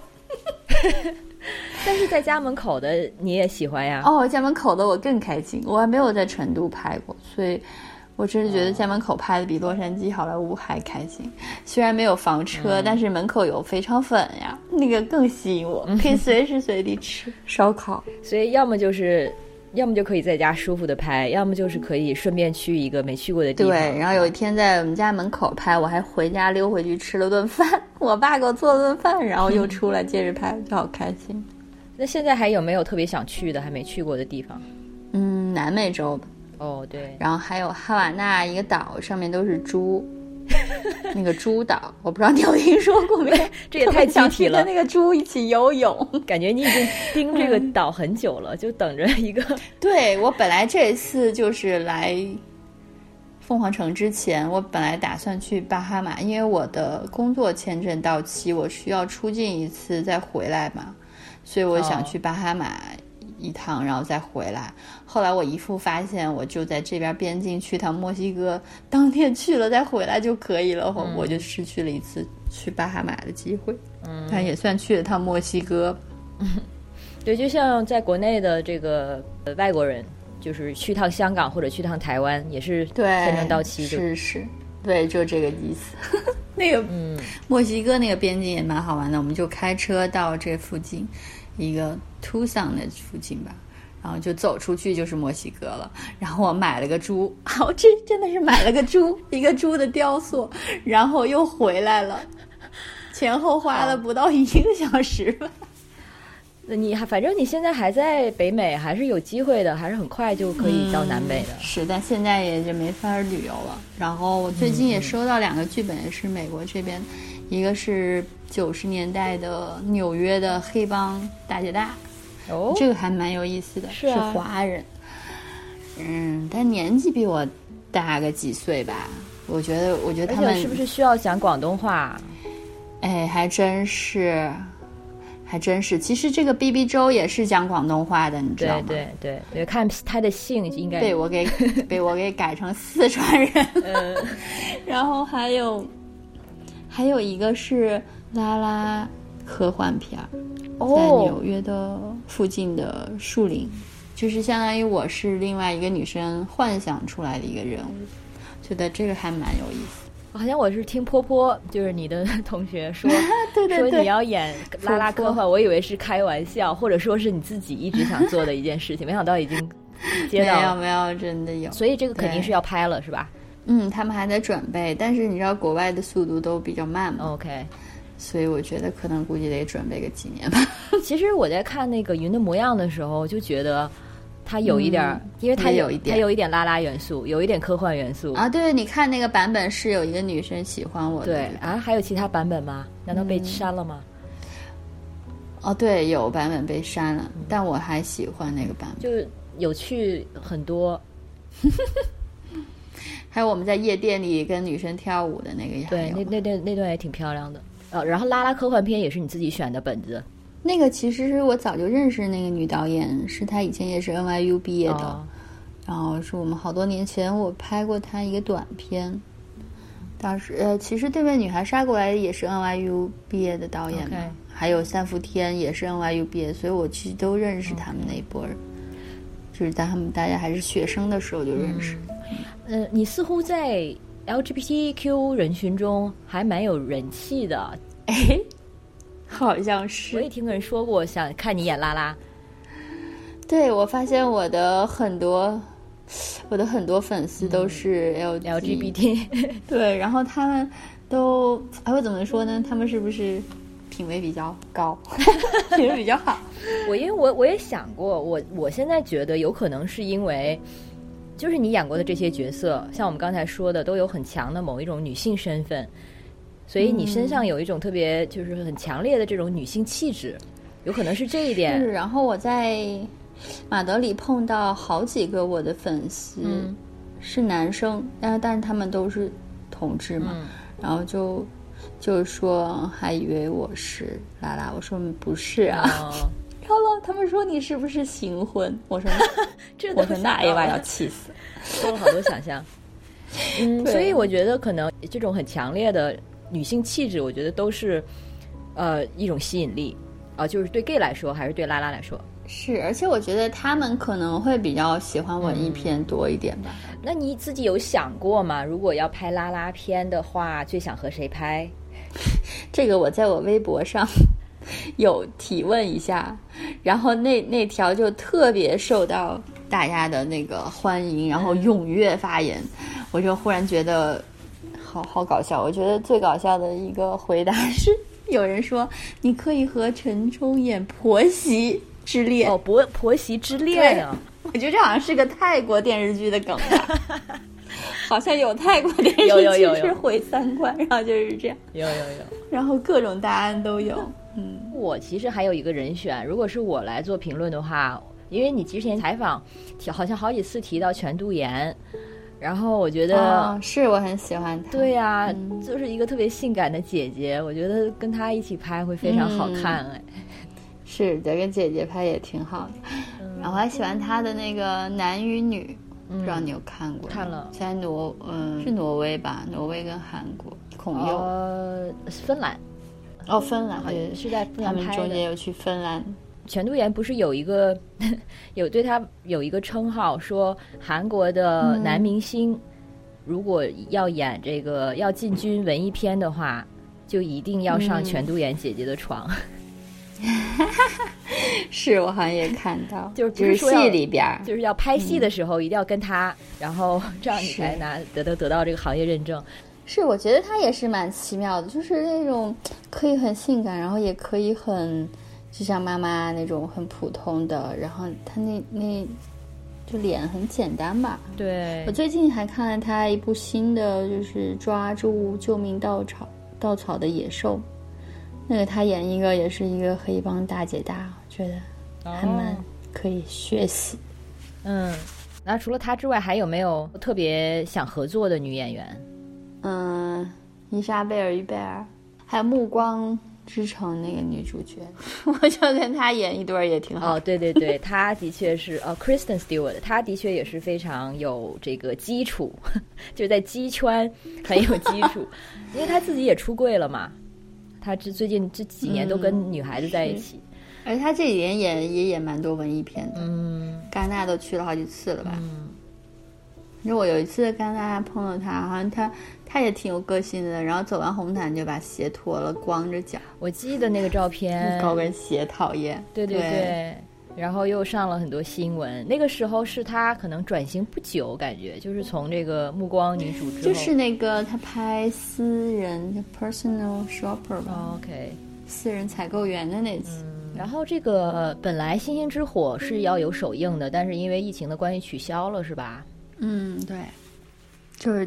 但是在家门口的你也喜欢呀？ 家门口的我更开心，我还没有在成都拍过，所以我真是觉得家门口拍的比洛杉矶好莱坞还开心。虽然没有房车，但是门口有肥肠粉呀，那个更吸引我，可以随时随地吃烧烤。 所以要么就可以在家舒服的拍，要么就是可以顺便去一个没去过的地方。 对，然后有一天在我们家门口拍，我还回家溜回去吃了顿饭，我爸给我做了顿饭，然后又出来接着拍，就好开心。 那现在还有没有特别想去的还没去过的地方？ 南美洲的。 对。 然后还有哈瓦那一个岛，上面都是猪。那个猪岛，我不知道你有听说过没？ 这也太具体了。 跟那个猪一起游泳， 感觉你已经盯这个岛很久了，就等着一个。 对，我本来这次就是来凤凰城之前，我本来打算去巴哈马，因为我的工作签证到期，我需要出境一次再回来嘛，所以我想去巴哈马一趟，然后再回来。后来我姨父发现我就在这边边境去趟墨西哥，当天去了再回来就可以了，我就失去了一次去巴哈马的机会。但也算去了趟墨西哥。 对，就像在国内的这个外国人，就是去趟香港或者去趟台湾，也是签证到期就。 是，对，就这个意思。那个墨西哥那个边境也蛮好玩的，我们就开车到这附近一个 Tucson 的附近吧，然后就走出去就是墨西哥了。然后我买了个猪，这真的是买了个猪，一个猪的雕塑，然后又回来了，前后花了不到1个小时吧。 反正你现在还在北美，还是有机会的，还是很快就可以到南美的。 是，但现在也就没法旅游了。然后我最近也收到2个剧本，也是美国这边，一个是90年代的纽约的黑帮大姐大，这个还蛮有意思的，是华人。但年纪比我大个几岁吧。我觉得他们是不是需要讲广东话？ 还真是，其实这个 BB 周也是讲广东话的，你知道吗？ 对，看他的姓应该被我给改成四川人。然后还有一个是拉拉科幻片，在纽约的附近的树林，就是相当于我是另外一个女生幻想出来的一个人物，觉得这个还蛮有意思。 好像我是听波波，就是你的同学说对说你要演拉拉科幻，我以为是开玩笑，或者说是你自己一直想做的一件事情，没想到已经接到。 没有，真的有。 所以这个肯定是要拍了，是吧？ 他们还在准备，但是你知道国外的速度都比较慢嘛。 OK， 所以我觉得可能估计得准备个几年吧。 其实我在看那个云的模样的时候，就觉得它有一点，因为它有一点拉拉元素，有一点科幻元素啊。对，你看那个版本是有一个女生喜欢我的。 对啊，还有其他版本吗？难道被删了吗？ 对，有版本被删了，但我还喜欢那个版本， 就有趣很多。 还有我们在夜店里跟女生跳舞的那个也还有。 对，那段也挺漂亮的。然后拉拉科幻片也是你自己选的本子。 那个其实是我早就认识那个女导演，是她以前也是 NYU 毕业的，然后是我们好多年前我拍过她一个短片。当时其实对面女孩杀过来也是 NYU 毕业的导演嘛，还有三伏天也是 NYU 毕业，所以我其实都认识他们那一波人，就是在他们大家还是学生的时候就认识。 你似乎在 LGBTQ 人群中还蛮有人气的。 好像是， 我也听个人说过想看你演拉拉。 对，我发现我的很多粉丝都是 LGBT 对，然后他们都我怎么说呢，他们是不是品味比较高品味比较好。 因为我也想过，我现在觉得有可能是因为就是你演过的这些角色，像我们刚才说的都有很强的某一种女性身份，所以你身上有一种特别就是很强烈的这种女性气质，有可能是这一点。 是，然后我在马德里碰到好几个我的粉丝，是男生，但是他们都是同志嘛，然后就说还以为我是拉拉，我说不是啊。然后他们说你是不是行婚？我说那一晚要气死， 多了好多想象。所以我觉得可能这种很强烈的女性气质，我觉得都是一种吸引力就是对 gay 来说还是对拉拉来说。 是，而且我觉得他们可能会比较喜欢文艺片多一点吧。 那你自己有想过吗？如果要拍拉拉片的话，最想和谁拍？ 这个我在我微博上有提问一下，然后那条就特别受到大家的那个欢迎，然后踊跃发言，我就忽然觉得好搞笑。我觉得最搞笑的一个回答是，有人说你可以和陈冲演婆媳之恋。 婆媳之恋啊！ 我觉得这好像是个泰国电视剧的梗吧。好像有泰国电视剧是毁三观，然后就是这样。有，然后各种答案都有。 我其实还有一个人选，如果是我来做评论的话，因为你之前采访好像好几次提到全度妍，然后我觉得是我很喜欢她。 对呀，就是一个特别性感的姐姐，我觉得跟她一起拍会非常好看。 是的，跟姐姐拍也挺好的。 然后还喜欢他的那个男与女，不知道你有看过？ 看了， 在是挪威吧？挪威跟韩国，孔佑， 芬兰。 芬兰，对， 是在芬兰拍的。 他们中间有去芬兰。 全度妍不是有一个对他有一个称号，说韩国的男明星如果要演这个要进军文艺片的话，就一定要上全度妍姐姐的床。 是我好像也看到， 就是戏里边就是要拍戏的时候一定要跟他，然后这样你才得到这个行业认证。 是，我觉得他也是蛮奇妙的，就是那种可以很性感，然后也可以很就像妈妈那种很普通的，然后他那就脸很简单吧。 对， 我最近还看了他一部新的，就是抓住救命稻草的野兽，那个他演一个也是一个黑帮大姐大，我觉得还蛮可以学习。 那除了他之外，还有没有特别想合作的女演员？ 伊莎贝尔·于贝尔，还有《暮光之城》那个女主角，我就跟她演一对也挺好。 对对对，她的确是Kristen Stewart， 她的确也是非常有这个基础，就是在鸡圈很有基础，因为她自己也出柜了嘛，她最近这几年都跟女孩子在一起， 而且她这几年也演蛮多文艺片的，戛纳都去了好几次了吧。因为我有一次在戛纳碰到她，好像她也挺有个性的，然后走完红毯就把鞋脱了，光着脚。 我记得那个照片， 高跟鞋讨厌。 对对对，然后又上了很多新闻。那个时候是她可能转型不久，感觉就是从这个暮光女主之后， 就是那个她拍私人 personal shopper 吧。 OK， 私人采购员的那次。 然后这个本来《星星之火》是要有首映的，但是因为疫情的关系取消了，是吧？ 对，就是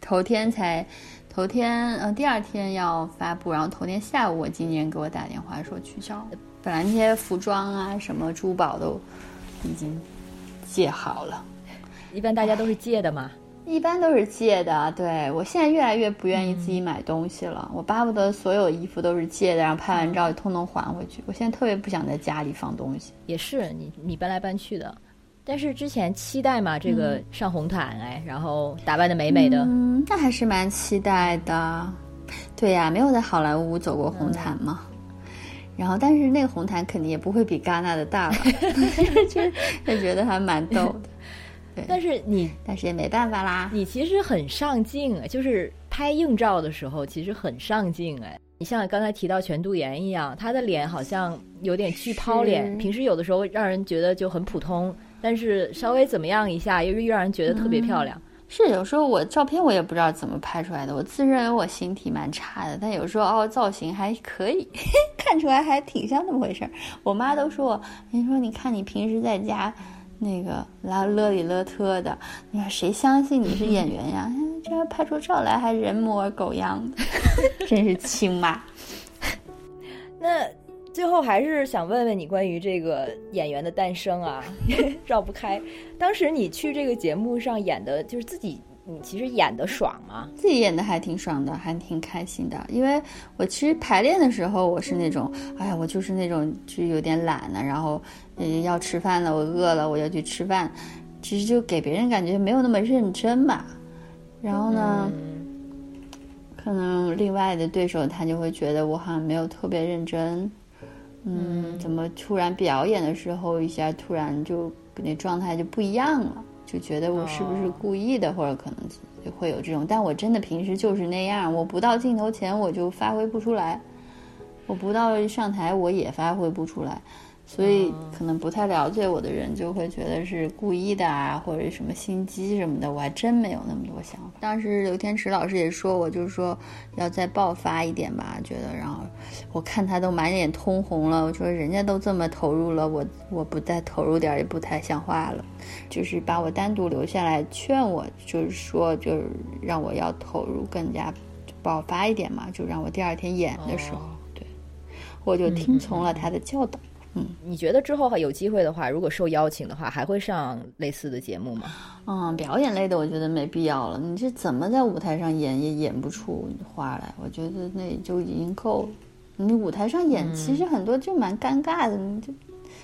第二天要发布，然后头天下午我经纪人给我打电话说取消了。本来那些服装啊什么珠宝都已经借好了。 一般大家都是借的嘛？ 一般都是借的。对，我现在越来越不愿意自己买东西了，我巴不得所有衣服都是借的，然后拍完照通通还回去。我现在特别不想在家里放东西。 也是你搬来搬去的。但是之前期待嘛，这个上红毯然后打扮的美美的， 那还是蛮期待的。对呀，没有在好莱坞走过红毯嘛。然后，但是那个红毯肯定也不会比戛纳的大了，就觉得还蛮逗的。对， 但是也没办法啦。 你其实很上镜就是拍硬照的时候，其实很上镜你像刚才提到全度妍一样，她的脸好像有点巨抛脸，平时有的时候让人觉得就很普通。但是稍微怎么样一下，又让人觉得特别漂亮。 是有时候我照片我也不知道怎么拍出来的，我自认为我形体蛮差的，但有时候造型还可以，看出来还挺像那么回事。我妈都说我，你看你平时在家那个勒里勒特的，你说谁相信你是演员呀？这样拍出照来还人模狗样的，真是亲妈。 那最后还是想问问你关于这个演员的诞生绕不开。当时你去这个节目上演的，就是你其实演的爽吗？ 自己演的还挺爽的，还挺开心的。因为我其实排练的时候，我是那种，我就是那种就有点懒了，然后要吃饭了，我饿了，我要去吃饭，其实就给别人感觉没有那么认真吧。然后呢，可能另外的对手他就会觉得我好像没有特别认真。怎么突然表演的时候一下突然就那状态就不一样了，就觉得我是不是故意的，或者可能就会有这种。但我真的平时就是那样，我不到镜头前我就发挥不出来，我不到上台我也发挥不出来。所以可能不太了解我的人就会觉得是故意的或者什么心机什么的，我还真没有那么多想法。当时刘天池老师也说我，就是说要再爆发一点吧，觉得。然后我看他都满脸通红了，我说人家都这么投入了，我不再投入点也不太像话了。就是把我单独留下来劝我，就是说就是让我要投入更加爆发一点嘛，就让我第二天演的时候，对，我就听从了他的教导。 你觉得之后有机会的话，如果受邀请的话，还会上类似的节目吗？ 表演类的我觉得没必要了，你这怎么在舞台上演也演不出花来，我觉得那就已经够了。你舞台上演其实很多就蛮尴尬的，你就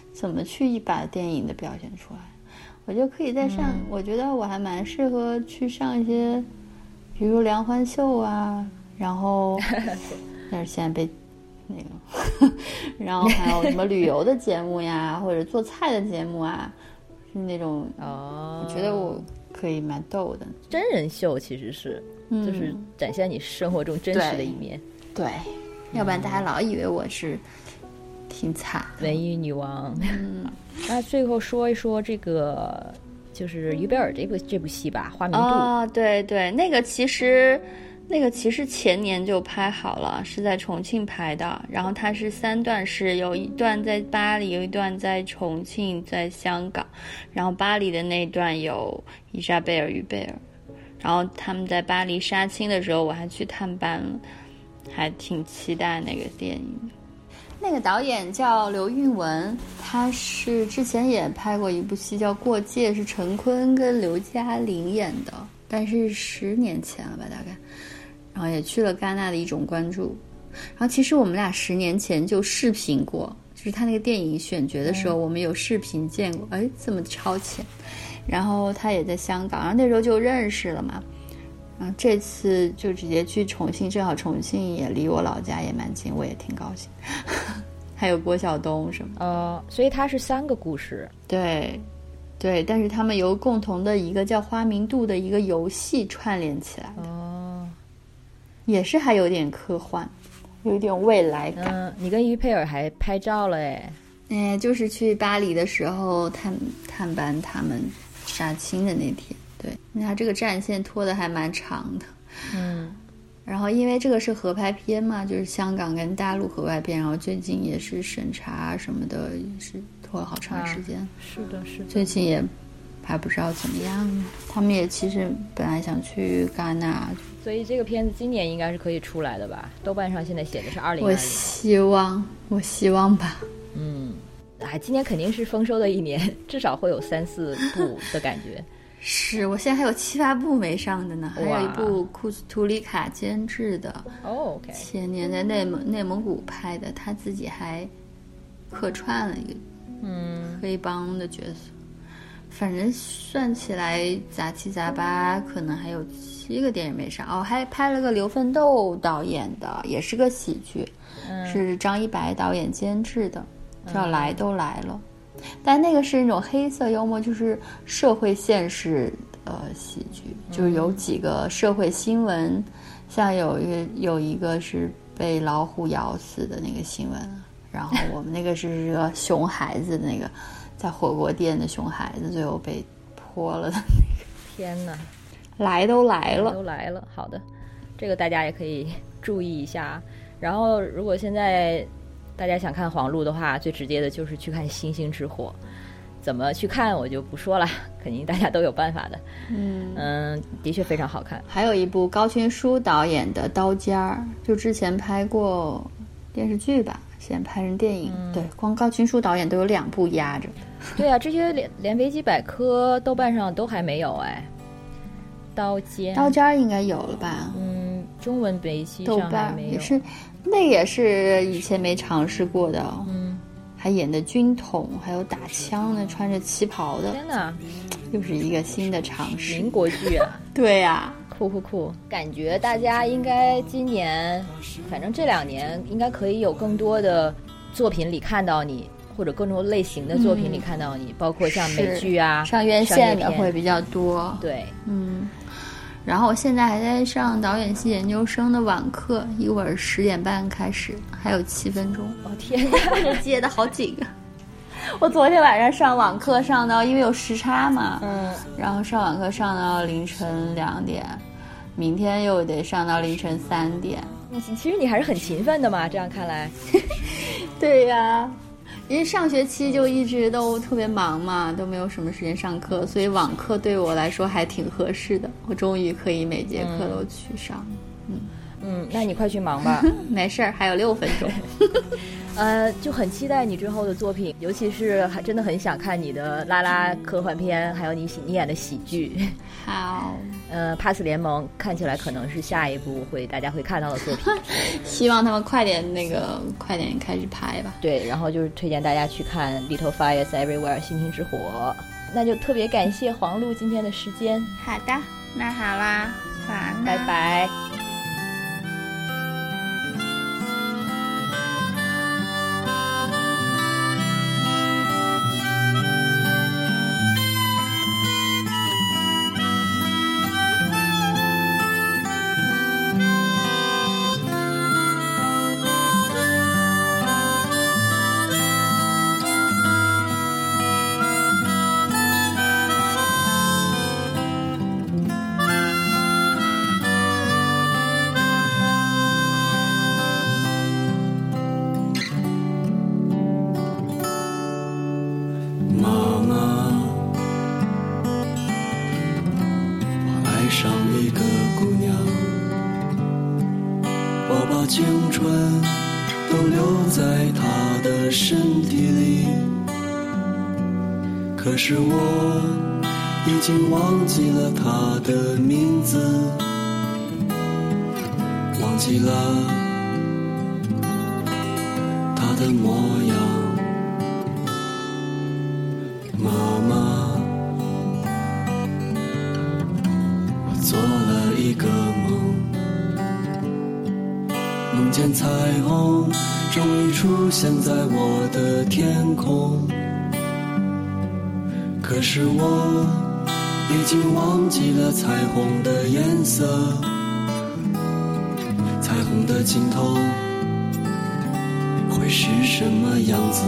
怎么去把电影的表现出来。我就可以在上，我觉得我还蛮适合去上一些，比如梁欢秀啊，然后但是现在被那个，然后还有什么旅游的节目呀，或者做菜的节目啊，是那种我觉得我可以蛮逗的。 真人秀其实是，就是展现你生活中真实的一面。 对，要不然大家老以为我是挺惨的文艺女王。那最后说一说这个，就是于贝尔这部戏吧，《花明渡》。 对对，那个其实前年就拍好了，是在重庆拍的。然后它是3段式，有一段在巴黎，有一段在重庆，在香港。然后巴黎的那段有伊莎贝尔、于贝尔。然后他们在巴黎杀青的时候，我还去探班了，还挺期待那个电影的。那个导演叫刘韵文，他是之前也拍过一部戏叫《过界》，是陈坤跟刘嘉玲演的，但是10年前了吧大概。然后也去了戛纳的一种关注。然后其实我们俩10年前就视频过，就是他那个电影选角的时候，我们有视频见过。哎，这么超前。然后他也在香港，然后那时候就认识了嘛。然后这次就直接去重庆，正好重庆也离我老家也蛮近，我也挺高兴。还有郭晓东什么所以它是3个故事。 对对，但是他们由共同的一个叫花明渡的一个游戏串联起来的。也是还有点科幻，有点未来感。 你跟于佩尔还拍照了哎。 就是去巴黎的时候探班他们杀青的那天。对，那他这个战线拖得还蛮长的。然后因为这个是合拍片嘛，就是香港跟大陆合拍片，然后最近也是审查什么的，也是拖了好长时间。 是的，是的。 最近也还不知道怎么样呢。他们也其实本来想去戛纳， 所以这个片子今年应该是可以出来的吧？豆瓣上现在写的是2020。 我希望吧。 今年肯定是丰收的一年，至少会有3-4部的感觉。 是，我现在还有7-8部没上的呢，还有一部库斯图里卡监制的 ，OK， 前年在内蒙古拍的，他自己还客串了一个黑帮的角色。反正算起来杂七杂八，可能还有7个电影没上。还拍了个刘奋斗导演的，也是个喜剧，是张一白导演监制的，叫《来都来了》。但那个是那种黑色幽默，就是社会现实喜剧，就是有几个社会新闻，像有一个是被老虎咬死的那个新闻，然后我们那个是个熊孩子，那个在火锅店的熊孩子最后被泼了的那个。 天哪， 来都来了， 都来了。好的，这个大家也可以注意一下。然后如果现在大家想看黄璐的话，最直接的就是去看《星星之火》，怎么去看我就不说了，肯定大家都有办法的。的确非常好看。 还有一部高群书导演的《刀尖儿》，就之前拍过电视剧吧，现在拍成电影。对，光高群书导演都有2部压着。 对啊，这些连维基百科、豆瓣上都还没有哎。刀尖儿应该有了吧？ 中文维基上还没有。 也是。那也是以前没尝试过的。还演的军统，还有打枪的，穿着旗袍的。 天哪， 又是一个新的尝试。 民国剧啊。 对啊， 酷。感觉大家应该今年，反正这2年应该可以有更多的作品里看到你，或者更多类型的作品里看到你，包括像美剧啊， 上院线的会比较多。 对， 然后我现在还在上导演系研究生的晚课，一会儿10点半开始，还有7分钟。 天哪， 接的好紧啊！我昨天晚上上网课上到，因为有时差嘛，然后上网课上到凌晨2点，明天又得上到凌晨3点。 其实你还是很勤奋的嘛，这样看来。 对呀。因为上学期就一直都特别忙嘛，都没有什么时间上课，所以网课对我来说还挺合适的。我终于可以每节课都去上。 那你快去忙吧。 没事儿，还有6分钟。 就很期待你之后的作品，尤其是还真的很想看你的拉拉科幻片，还有你演的喜剧。 好 ，Pass 联盟看起来可能是下一部大家会看到的作品。 希望他们快点开始拍吧。 对，然后就是推荐大家去看 Little Fires Everywhere 星星之火。那就特别感谢黄璐今天的时间。 好的，那好啦，晚安， 拜拜。 青春都留在他的身体里，可是我已经忘记了他的名字，忘记了他的模样。妈妈，我做了一个梦，梦见彩虹终于出现在我的天空，可是我已经忘记了彩虹的颜色，彩虹的尽头会是什么样子？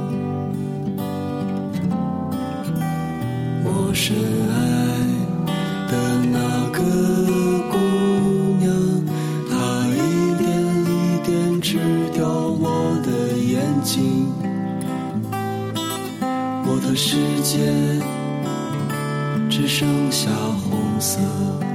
我深爱的那个姑娘，她一点一点吃掉我的眼睛，我的世界只剩下红色。